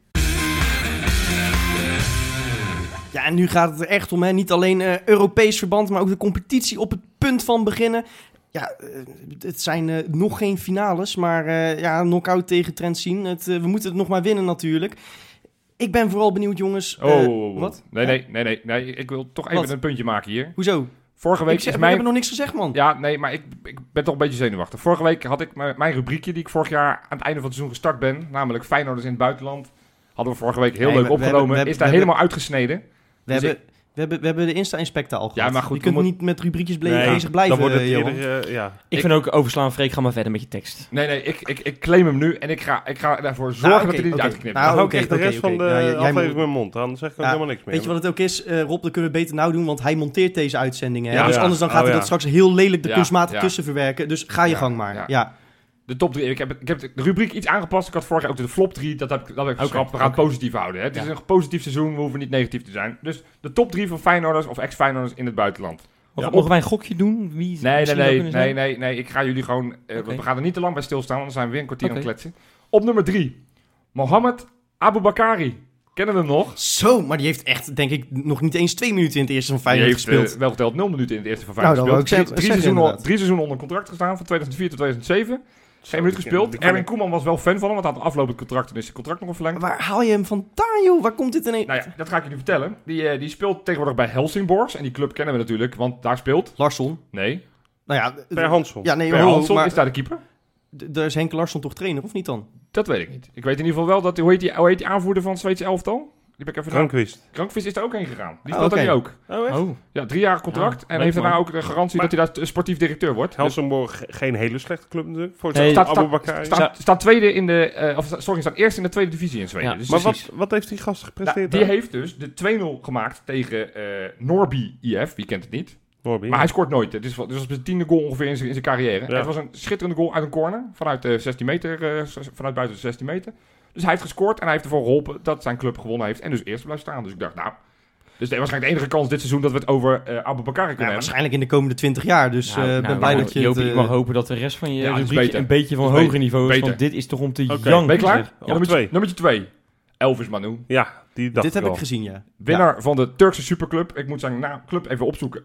Ja, en nu gaat het er echt om, hè. Niet alleen eh, Europees verband, maar ook de competitie op het punt van beginnen. Ja, eh, het zijn eh, nog geen finales, maar eh, ja, knock-out tegen Trentin. Het, eh, we moeten het nog maar winnen natuurlijk. Ik ben vooral benieuwd, jongens. eh, Oh, oh, oh. wat? Nee, Ja? nee, nee, nee, nee. Ik wil toch even Wat? een puntje maken hier. Hoezo? Vorige week Ik, zeg, is we mijn... hebben nog niks gezegd, man. Ja, nee, maar ik, ik ben toch een beetje zenuwachtig. Vorige week had ik mijn, mijn rubriekje die ik vorig jaar aan het einde van het seizoen gestart ben. Namelijk Feyenoorders in het buitenland. Hadden we vorige week heel Nee, leuk we- we opgenomen. hebben- we is daar hebben- helemaal uitgesneden. We, Dus hebben, we, hebben, we hebben de Insta-inspector al gehad. Ja, maar goed, je kunt we moet- niet met rubriekjes ble- Nee, bezig blijven, dan wordt het eh, Johan. eerder, eh, ja. Ik, Ik- vind ook overslaan, Freek, ga maar verder met je tekst. Nee, nee, ik, ik, ik claim hem nu en ik ga, ik ga ervoor zorgen Nou, oké, dat hij er niet oké. uitgeknipt Nou, wordt. Dan hou oké, ik echt de oké, rest oké. van de Ja, jij- jij aflevering moet- met mijn mond. Dan zeg ik ook Ja, helemaal niks meer. Weet je wat het ook is, eh, Rob? Dan kunnen we beter nou doen, want hij monteert deze uitzendingen. Hè? Ja, dus ja. anders dan gaat Oh, hij ja. dat straks heel lelijk de Ja, kunstmatig ja. tussen verwerken. Dus ga je Ja, gang maar. Ja. ja. De top drie. Ik heb, ik heb de rubriek iets aangepast. Ik had vorig jaar ook de flop drie. Dat heb ik, dat heb ik geschrapt. We gaan het positief houden. Hè? Het is Ja. een positief seizoen. We hoeven niet negatief te zijn. Dus de top drie van Feyenoorders of ex-Feyenoorders in het buitenland. Mogen, Ja. mogen wij een gokje doen? Wie Nee, nee, misschien zou nee, kunnen nee, zijn? nee, nee. Ik ga jullie gewoon... eh, Oké. We gaan er niet te lang bij stilstaan, anders zijn we weer een kwartier aan Oké. het kletsen. Op nummer drie. Mohamed Aboubakari. Kennen we hem nog? Zo, maar die heeft echt, denk ik, nog niet eens twee minuten in het eerste van Die Feyenoord heeft gespeeld. eh, wel geteld nul minuten in het eerste van Nou, Feyenoord dan gespeeld. wou ik Drie, zeggen- drie, zeggen seizoenen, inderdaad. drie seizoenen onder contract gestaan, van tweeduizend vier tot tweeduizend zeven. Geen minuut die gespeeld. ken- die ken Erwin ik. Koeman was wel fan van hem, want hij had een aflopend contract en is zijn contract nog wel verlengd. Waar haal je hem vandaan, joh? Waar komt dit ineens? Nou ja, dat ga ik jullie vertellen. Die, eh, die speelt tegenwoordig bij Helsingborgs. En die club kennen we natuurlijk, want daar speelt... Larsson. Nee, Nou ja, d- Per Hansson. Ja, nee, Per ho, ho, Hansson maar is daar de keeper. d- daar is Henk Larsson toch trainer, of niet dan? Dat weet ik niet. Ik weet in ieder geval wel dat... Hoe heet die, hoe heet die aanvoerder van het Zweedse elftal? Die ben ik even... Krankwist. Krankvis is daar ook heen gegaan. Die Ah, speelt oké. er nu ook. Oh, echt? Oh, Ja, driejarig contract. Ja, en leuk, heeft daarna man. ook de garantie Maar- dat hij daar sportief directeur wordt. Helsingborg, ge- geen hele slechte club natuurlijk. Voor Nee, het Staat, Aboubakari. staat, staat, staat tweede in de... eh, of sorry, staat eerst in de tweede divisie in Zweden. Ja, Dus Maar precies. wat, wat heeft die gast Nou, gepresteerd die daar? heeft dus de twee nul gemaakt tegen eh Norby I F. Wie kent het niet? Norby. Maar hij scoort nooit. Het is, wel- dit was zijn tiende goal ongeveer in zijn, in zijn carrière. Ja. Het was een schitterende goal uit een corner. Vanuit de zestien meter. eh, vanuit buiten de zestien meter. Dus hij heeft gescoord. En hij heeft ervoor geholpen dat zijn club gewonnen heeft. En dus eerst blijft staan. Dus ik dacht, nou... Dus dit was waarschijnlijk de enige kans dit seizoen dat we het over uh, Aboubakari kunnen Ja, hebben. waarschijnlijk in de komende twintig jaar. Dus nou, ik nou, ben nou, blij nou, dat je het... Jopie, eh, ik mag hopen dat de rest van je Ja, dat is rubriekje beter. een beetje van Dat is hoger niveau is. beter. Want dit is toch om te Oké, janken. Ben je klaar? zeg. Ja. nummertje, twee. nummertje twee. Elvis Manu. Ja, die dacht dit heb ik ik al. gezien, ja. Winnaar van de Turkse superclub. Ik moet zijn naam, club even opzoeken.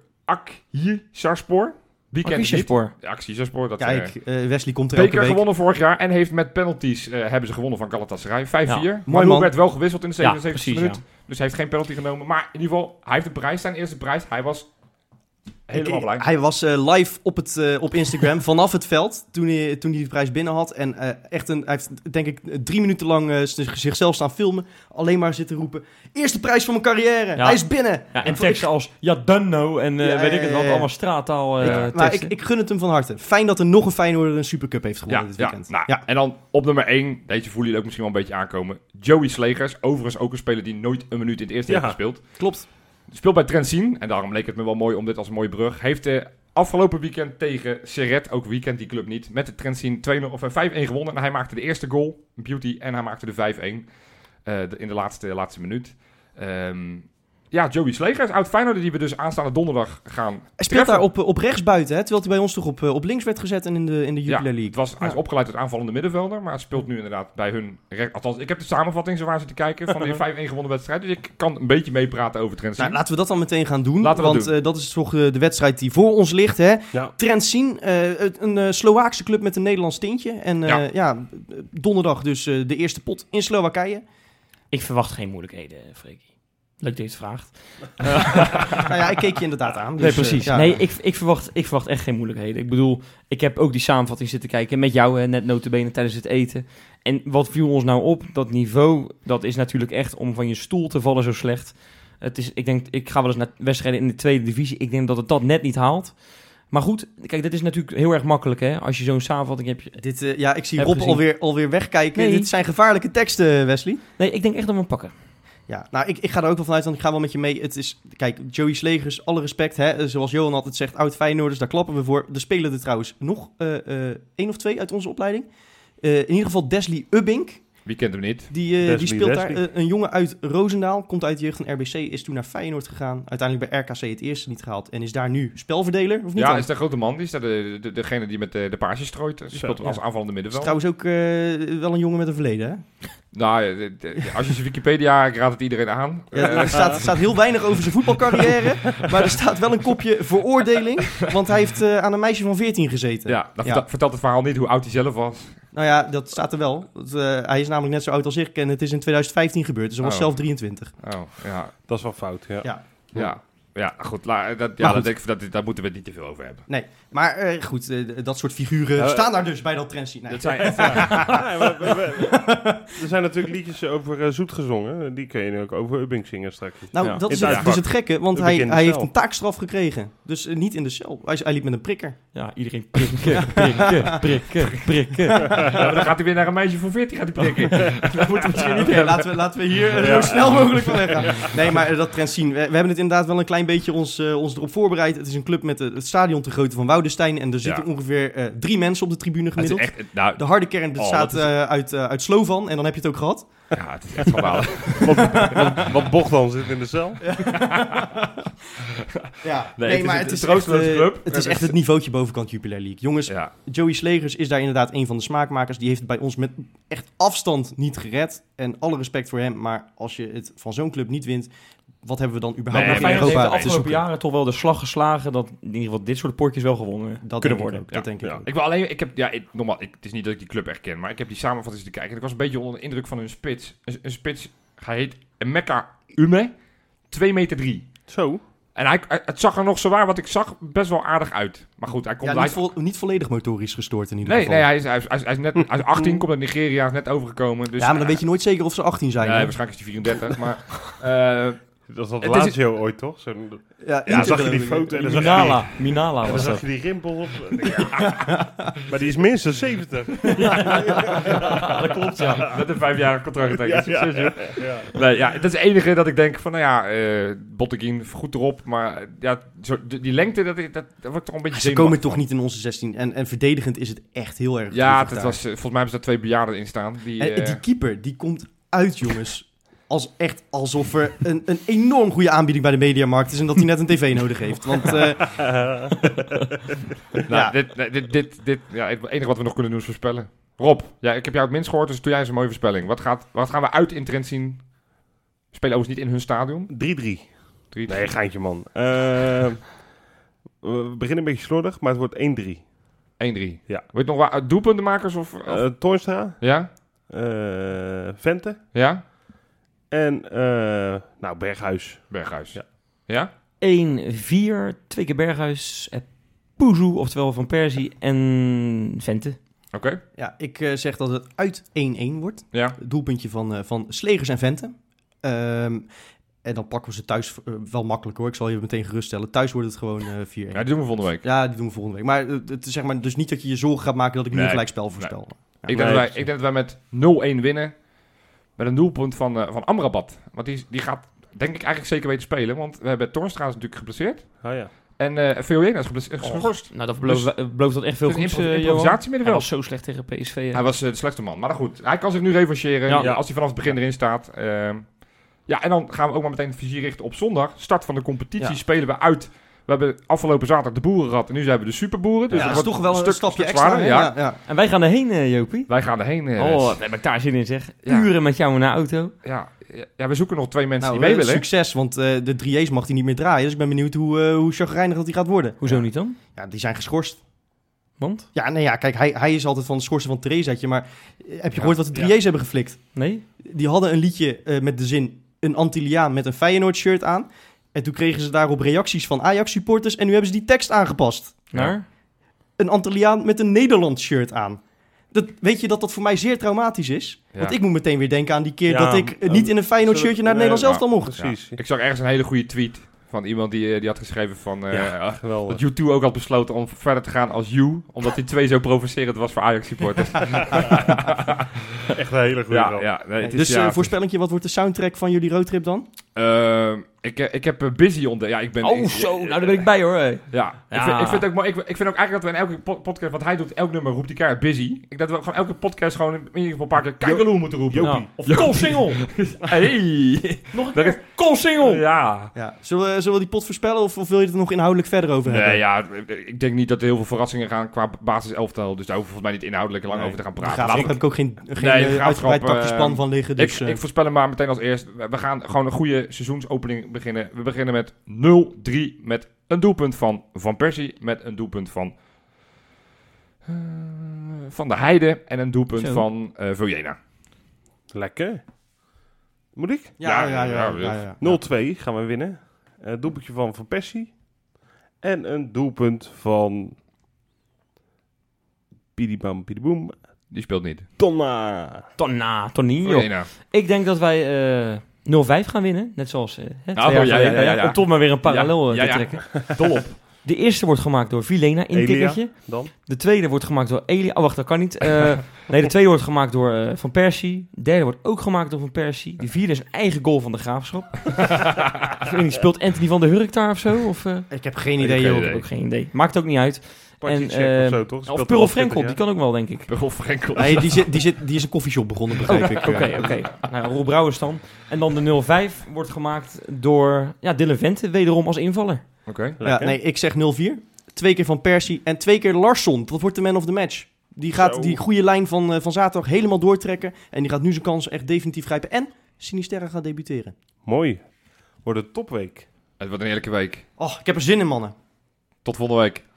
Akhisarspor. Wie kent het niet? Spoor. Ja, Akhisarspor. Dat Kijk, eh, eh, Wesley komt er elke beker week. gewonnen vorig jaar. En heeft met penalties eh, hebben ze gewonnen van Galatasaray. vijf vier. Ja, mooi Manu man. werd wel gewisseld in de Ja, zevenenzeventigste precies, minuut. Dus hij heeft geen penalty genomen. Maar in ieder geval, hij heeft de prijs. Zijn eerste prijs. Hij was helemaal Ik- blij. Hij was eh, live op, het, eh, op Instagram vanaf het veld toen hij, toen hij de prijs binnen had. En eh, echt een, hij heeft denk ik drie minuten lang eh, z- zichzelf staan filmen. Alleen maar zitten roepen. Eerste prijs van mijn carrière. Ja. Hij is binnen. Ja, en voor- teksten als ja, done no en eh, Ja, weet ik ja, het ja, wat, ja. allemaal straattaal eh ik, maar ik, teksten. ik gun het hem van harte. Fijn dat er nog een Feyenoorder een Supercup heeft gewonnen dit weekend. nou, ja. En dan op nummer één, deze voelen jullie ook misschien wel een beetje aankomen. Joey Slegers, overigens ook een speler die nooit een minuut in het eerste Ja. heeft gespeeld. Klopt. Speelt bij Trentin, en daarom leek het me wel mooi om dit als een mooie brug. Heeft de afgelopen weekend tegen Serret, ook weekend die club niet, met de Trentin twee nul of eh, vijf één gewonnen. En hij maakte de eerste goal, Beauty, en hij maakte de vijf één eh, de- in de laatste, laatste minuut. Ehm, ja, Joey Slegers, oud Feyenoorder, die we dus aanstaande donderdag gaan Hij speelt treffen. daar op, op rechtsbuiten, hè, terwijl hij bij ons toch op, op links werd gezet en in de, in de Jupiler Ja, League. het was, hij is Ja. opgeleid tot aanvallende middenvelder, maar hij speelt nu inderdaad bij hun... Recht, althans, ik heb de samenvatting zo waar zitten kijken van die vijf-een gewonnen wedstrijd. Dus ik kan een beetje meepraten over Trent Nou, Sien. laten we dat dan meteen gaan doen, Laten we dat want doen. eh, dat is toch eh, de wedstrijd die voor ons ligt. Hè? Ja. Trent Sien, eh, het- een uh, Slovaakse club met een Nederlands tintje. En eh, ja. Ja. donderdag dus uh, de eerste pot in Slowakije. Ik verwacht geen moeilijkheden, Freekie. Leuk dat je het vraagt. Nou ja, ik keek je inderdaad aan. Dus, nee, precies. eh, ja. Nee, ik, ik, verwacht, ik verwacht echt geen moeilijkheden. Ik bedoel, ik heb ook die samenvatting zitten kijken met jou, hè, net notabene tijdens het eten. En wat viel ons nou op? Dat niveau, dat is natuurlijk echt om van je stoel te vallen zo slecht. Het is, ik denk, ik ga wel eens naar wedstrijden in de tweede divisie. Ik denk dat het dat net niet haalt. Maar goed, kijk, dit is natuurlijk heel erg makkelijk, hè. Als je zo'n samenvatting hebt. Dit, uh, ja, ik zie Heb Rob gezien. alweer, alweer wegkijken. Nee. Dit zijn gevaarlijke teksten, Wesley. Nee, ik denk echt dat we hem pakken. Ja, nou, ik, ik ga er ook wel vanuit, want ik ga wel met je mee. Het is, kijk, Joey Slegers, alle respect, hè, zoals Johan altijd zegt, oud Feyenoorders, daar klappen we voor. Er spelen er trouwens nog uh, uh, één of twee uit onze opleiding. Uh, in ieder geval Desley Ubbink, Wie kent hem niet? die, uh, Desley die speelt Desley. daar. Uh, een jongen uit Roosendaal, komt uit de jeugd van R B C, is toen naar Feyenoord gegaan. Uiteindelijk bij R K C het eerste niet gehaald en is daar nu spelverdeler, of niet Ja, dan? is de grote man. Die is daar de, de, degene die met de, de paasjes strooit. Die Zo, speelt ja. als aanvallende Is middenvelder. trouwens ook uh, wel een jongen met een verleden, hè? Nou, ja, de- de- als je zijn Wikipedia, ik raad het iedereen aan. Ja, Eh, er staat, er staat heel weinig over zijn voetbalcarrière, maar er staat wel een kopje veroordeling, want hij heeft uh, aan een meisje van veertien gezeten. ja, dan Ja. vertelt- vertelt het verhaal niet hoe oud hij zelf was. Nou ja, dat staat er wel. Dat, uh, hij is namelijk net zo oud als ik en het is in twintig vijftien gebeurd, dus hij was Oh. zelf drieëntwintig. Oh, ja. Dat is wel fout, ja. Ja. Ja, ja goed. La, dat, ja, Maar goed. dat denk ik, dat, daar moeten we het niet te veel over hebben. Nee, maar uh, goed, uh, dat soort figuren Ja, staan daar dus bij dat trendscene. Nee. Dat zijn echt... Nee, maar we- we- er zijn natuurlijk liedjes over uh, Zoet gezongen. Die kun je nu ook over Ubbink zingen straks. Nou, Ja. dat, is In het, het dat is het gekke, want Een hij, bekende hij heeft cel. een taakstraf gekregen. Dus uh, niet in de cel. Hij, hij liep met een prikker. Ja, iedereen prikken, prikken, prikken, prikken. Ja, maar dan gaat hij weer naar een meisje van veertien gaat hij prikken. Dat moeten we misschien niet Oké, hebben. laten, we, laten we hier uh, Ja. zo snel mogelijk van weggaan. Nee, maar uh, dat trendscene, we, we hebben het inderdaad wel een klein beetje ons, uh, ons erop voorbereid. Het is een club met uh, het stadion te grootte van Woudenstein. En er zitten Ja. ongeveer uh, drie mensen op de tribune Het is gemiddeld. echt... Nou, De harde kern Oh, bestaat dat is- uh, uit, uh, uit Slovan en dan heb je het ook gehad. ja, het is echt schandalig. Want Bogdan zit in de cel. Ja, Nee, nee, het is maar een het is, echt, troosteloze uh, club. het is echt het niveautje bovenkant Jupiler League. Jongens, Ja. Joey Slegers is daar inderdaad een van de smaakmakers. Die heeft het bij ons met echt afstand niet gered. En alle respect voor hem. Maar als je het van zo'n club niet wint, wat hebben we dan überhaupt Nee, nog maar in Feyenoord heeft Europa de te afgelopen zoeken? jaren toch wel de slag geslagen dat in ieder geval dit soort potjes wel gewonnen Dat kunnen denk ik worden. ook, dat Ja, denk ik ja. ook. Ik wil alleen, ik heb, ja, ik, nogmaals, ik, het is niet dat ik die club echt ken, maar ik heb die samenvatting zitten kijken. En ik was een beetje onder de indruk van hun spits. Een, een spits, hij heet Emeka Ume, twee meter drie. Zo. En hij, hij- het zag er nog zowaar, wat ik zag, best wel aardig uit. Maar goed, hij komt... Ja, hij- niet, vol- niet volledig motorisch gestoord in ieder nee, geval. nee hij, is, hij, is, hij, is, hij is net, hij is achttien, komt uit Nigeria, is net overgekomen. Dus, ja, maar dan weet je nooit zeker of ze achttien zijn. Nee, hè? waarschijnlijk is hij vierendertig, maar... eh, Dat was dat Het is- Lazio ooit, toch? Zo'n- Ja, Ja, Inter zag je geloof die ik. foto en dan zag je Minala, Minala En dan was zag dat. je die rimpels op. Maar die is minstens zeventig. Ja, dat klopt, ja. met een vijfjarig contract getekend. Ja, ja, Succes, joh. ja. Nee, ja, dat is het enige dat ik denk van, nou ja, eh Botteguin, goed erop. Maar eh, ja, zo, die, die lengte, dat, dat, dat word ik toch een beetje Ze komen zenuwachtig toch van. niet in onze zestien. En, en verdedigend is het echt heel erg Ja, droevig dat daar. was, eh, volgens mij hebben ze daar twee bejaarden in staan. Die, En eh, die keeper, die komt uit, jongens. Als echt alsof er een, een enorm goede aanbieding bij de Mediamarkt is en dat hij net een tv nodig heeft. Want uh, nou, ja. dit, nee, dit, dit, dit, ja, het enige wat we nog kunnen doen is voorspellen. Rob, ja, ik heb jou het minst gehoord, dus doe jij eens een mooie voorspelling. Wat, gaat, wat gaan we uit in Trent zien? Spelen overigens niet in hun stadion. drie drie. Drie, Nee, geintje man. Uh, we beginnen een beetje slordig, maar het wordt één drie. één drie. Ja. Weet je nog wat doelpuntenmakers? Of, of, Uh, Toornstra, ja? uh, Vente Ja? en uh, nou, Berghuis. Berghuis. Ja. Ja? één vier, twee keer Berghuis, eh, Poezu, oftewel Van Persie en Vente. Oké. ja, ik uh, zeg dat het uit één-één wordt. Ja. Het doelpuntje van, uh, van Slegers en Vente. Um, en dan pakken we ze thuis uh, wel makkelijk hoor. Ik zal je meteen geruststellen. Thuis wordt het gewoon uh, vier één. Ja, die doen we volgende week. Ja, die doen we volgende week. Maar uh, het is zeg maar dus niet dat je je zorgen gaat maken dat ik nu Nee. een gelijkspel voorspel. Ja. Ik denk, Nee, dat wij, precies. ik denk dat wij met nul één winnen. Met een doelpunt van, uh, van Amrabat. Want die, die gaat, denk ik, eigenlijk zeker weten spelen. Want we hebben Toornstra is natuurlijk geblesseerd. Oh ja. En uh, Veoyena is geblesse- is geschorst. Nou, dat belooft, eh, belooft dat echt veel Het is een goeds, impro- eh, Johan. improvisatie Hij middenveld. was zo slecht tegen P S V. hè. Hij was uh, de slechtste man. Maar goed, hij kan zich nu revancheren. Ja. Ja, als hij vanaf het begin erin staat. Uh, Ja, en dan gaan we ook maar meteen het vizier richten op zondag. Start van de competitie Ja. spelen we uit. We hebben afgelopen zaterdag de boeren gehad en nu zijn we de superboeren. Dus ja, dat dat is wordt toch wel een, stuk- stapje stuk extra. zwaarder, hè? ja. Ja, ja. En wij gaan erheen, uh, Jopie. Wij gaan erheen. eh, Oh, daar heb ik daar zin in zeg. Ja. Uren met jou in de auto. ja, ja, we zoeken nog twee mensen Nou, die mee eh, willen. succes, want uh, de drie A's mag hij niet meer draaien. Dus ik ben benieuwd hoe, uh, hoe chagrijnig dat hij gaat worden. Hoezo ja. niet dan? Ja, die zijn geschorst. Want? Ja, nee, ja, kijk, hij, hij is altijd van de schorsen van Theresaatje. Maar eh, heb je Ja. gehoord wat de drie Ja. A's hebben geflikt? Nee? Die hadden een liedje uh, met de zin... een Antilliaan met een Feyenoord-shirt aan. En toen kregen ze daarop reacties van Ajax-supporters. En nu hebben ze die tekst aangepast. Naar? Een Antilliaan met een Nederlands-shirt aan. Dat, weet je dat dat voor mij zeer traumatisch is? Ja. Want ik moet meteen weer denken aan die keer Ja, dat ik uh, um, niet in een Feyenoord-shirtje naar het nee, Nederlands elftal mocht. Precies. Ik zag ergens een hele goede tweet van iemand die, eh, die had geschreven van... eh, Ja, geweldig. dat U twee ook had besloten om verder te gaan als U. Omdat die twee zo provocerend was voor Ajax-supporters. Echt een hele goede ja, grap. ja, nee, het is, Dus ja, uh, voorspellingje, wat wordt de soundtrack van jullie roadtrip dan? Uh, ik, ik heb uh, Busy ontdekt. Ja, ik ben... Oh, ik- zo. Nou, daar ben ik bij hoor. Hey. Ja, Ja. Ik, vind, ik, vind ook, mooi- ik, ik vind ook eigenlijk dat we in elke po- podcast... Wat hij doet, elk nummer roept die keihard Busy. Ik denk dat we gewoon elke podcast gewoon in ieder geval een paar keer... Kijkeloe moeten roepen. Ja. Of Call Single. Hey! Nog Dat is, Call Single. ja. Ja. Zullen, we, zullen we die pot voorspellen of, of wil je het er nog inhoudelijk verder over hebben? Nee, ja, ik denk niet dat er heel veel verrassingen gaan qua basis elftal. Dus daar hoeven we volgens mij niet inhoudelijk lang Nee. over te gaan De praten. Graafschap Laat heb ik ook geen, geen Nee, de eh, Graafschap, uitgebreid tactisch eh, plan van liggen. ik, Dus, ik, eh, ik voorspel hem maar meteen als eerst. We we gaan gewoon een goede seizoensopening beginnen. We beginnen met nul drie met een doelpunt van Van Persie. Met een doelpunt van uh, Van der Heijden. En een doelpunt Zo. van uh, Vujena. Lekker. Moet ik? ja, ja, ja. ja, ja, ja. ja, ja. nul twee gaan we winnen. Een doelpuntje van Van Persie. En een doelpunt van... Pidibam, pidiboom. Die speelt niet. Tonna. Tonna, Tonino. Vujena. Ik denk dat wij uh, nul vijf gaan winnen. Net zoals uh, hè, twee Oh, jaar ja, geleden. ja, ja, ja. Om toch maar weer een parallel Ja, uh, te ja, ja. trekken. Dol op. De eerste wordt gemaakt door Vilena, Elia. intikkertje. Dan? De tweede wordt gemaakt door Elia. Oh, wacht, dat kan niet. Uh, nee, de tweede wordt gemaakt door uh, Van Persie. De derde wordt ook gemaakt door Van Persie. De vierde is een eigen goal van de Graafschap. Ik weet niet, speelt Anthony van der Hurk daar of zo? Of, uh, Ik heb geen Ik idee, heb geen joh. idee. ook geen idee. Maakt ook niet uit. Partjecek En, uh, of zo, toch? Of Speelt Pearl er Frenkel, twintig die kan ook wel, denk ik. Rolf Frenkel. Nee, die, zit, die, zit, die is een koffieshop begonnen, begrijp ik. Oké, oké. Nou, Roel Brouwers dan. En dan de nul vijf wordt gemaakt door ja, Dylan Vente, wederom als invaller. Oké. Ja, Lekker. nee, ik zeg nul vier. Twee keer Van Persie en twee keer Larsson. Dat wordt de man of the match. Die gaat Zo. die goede lijn van, uh, van zaterdag helemaal doortrekken. En die gaat nu zijn kans echt definitief grijpen. En Sinisterra gaat debuteren. Mooi. Wordt een topweek. Het wordt een heerlijke week. Oh, ik heb er zin in, mannen. Tot volgende week.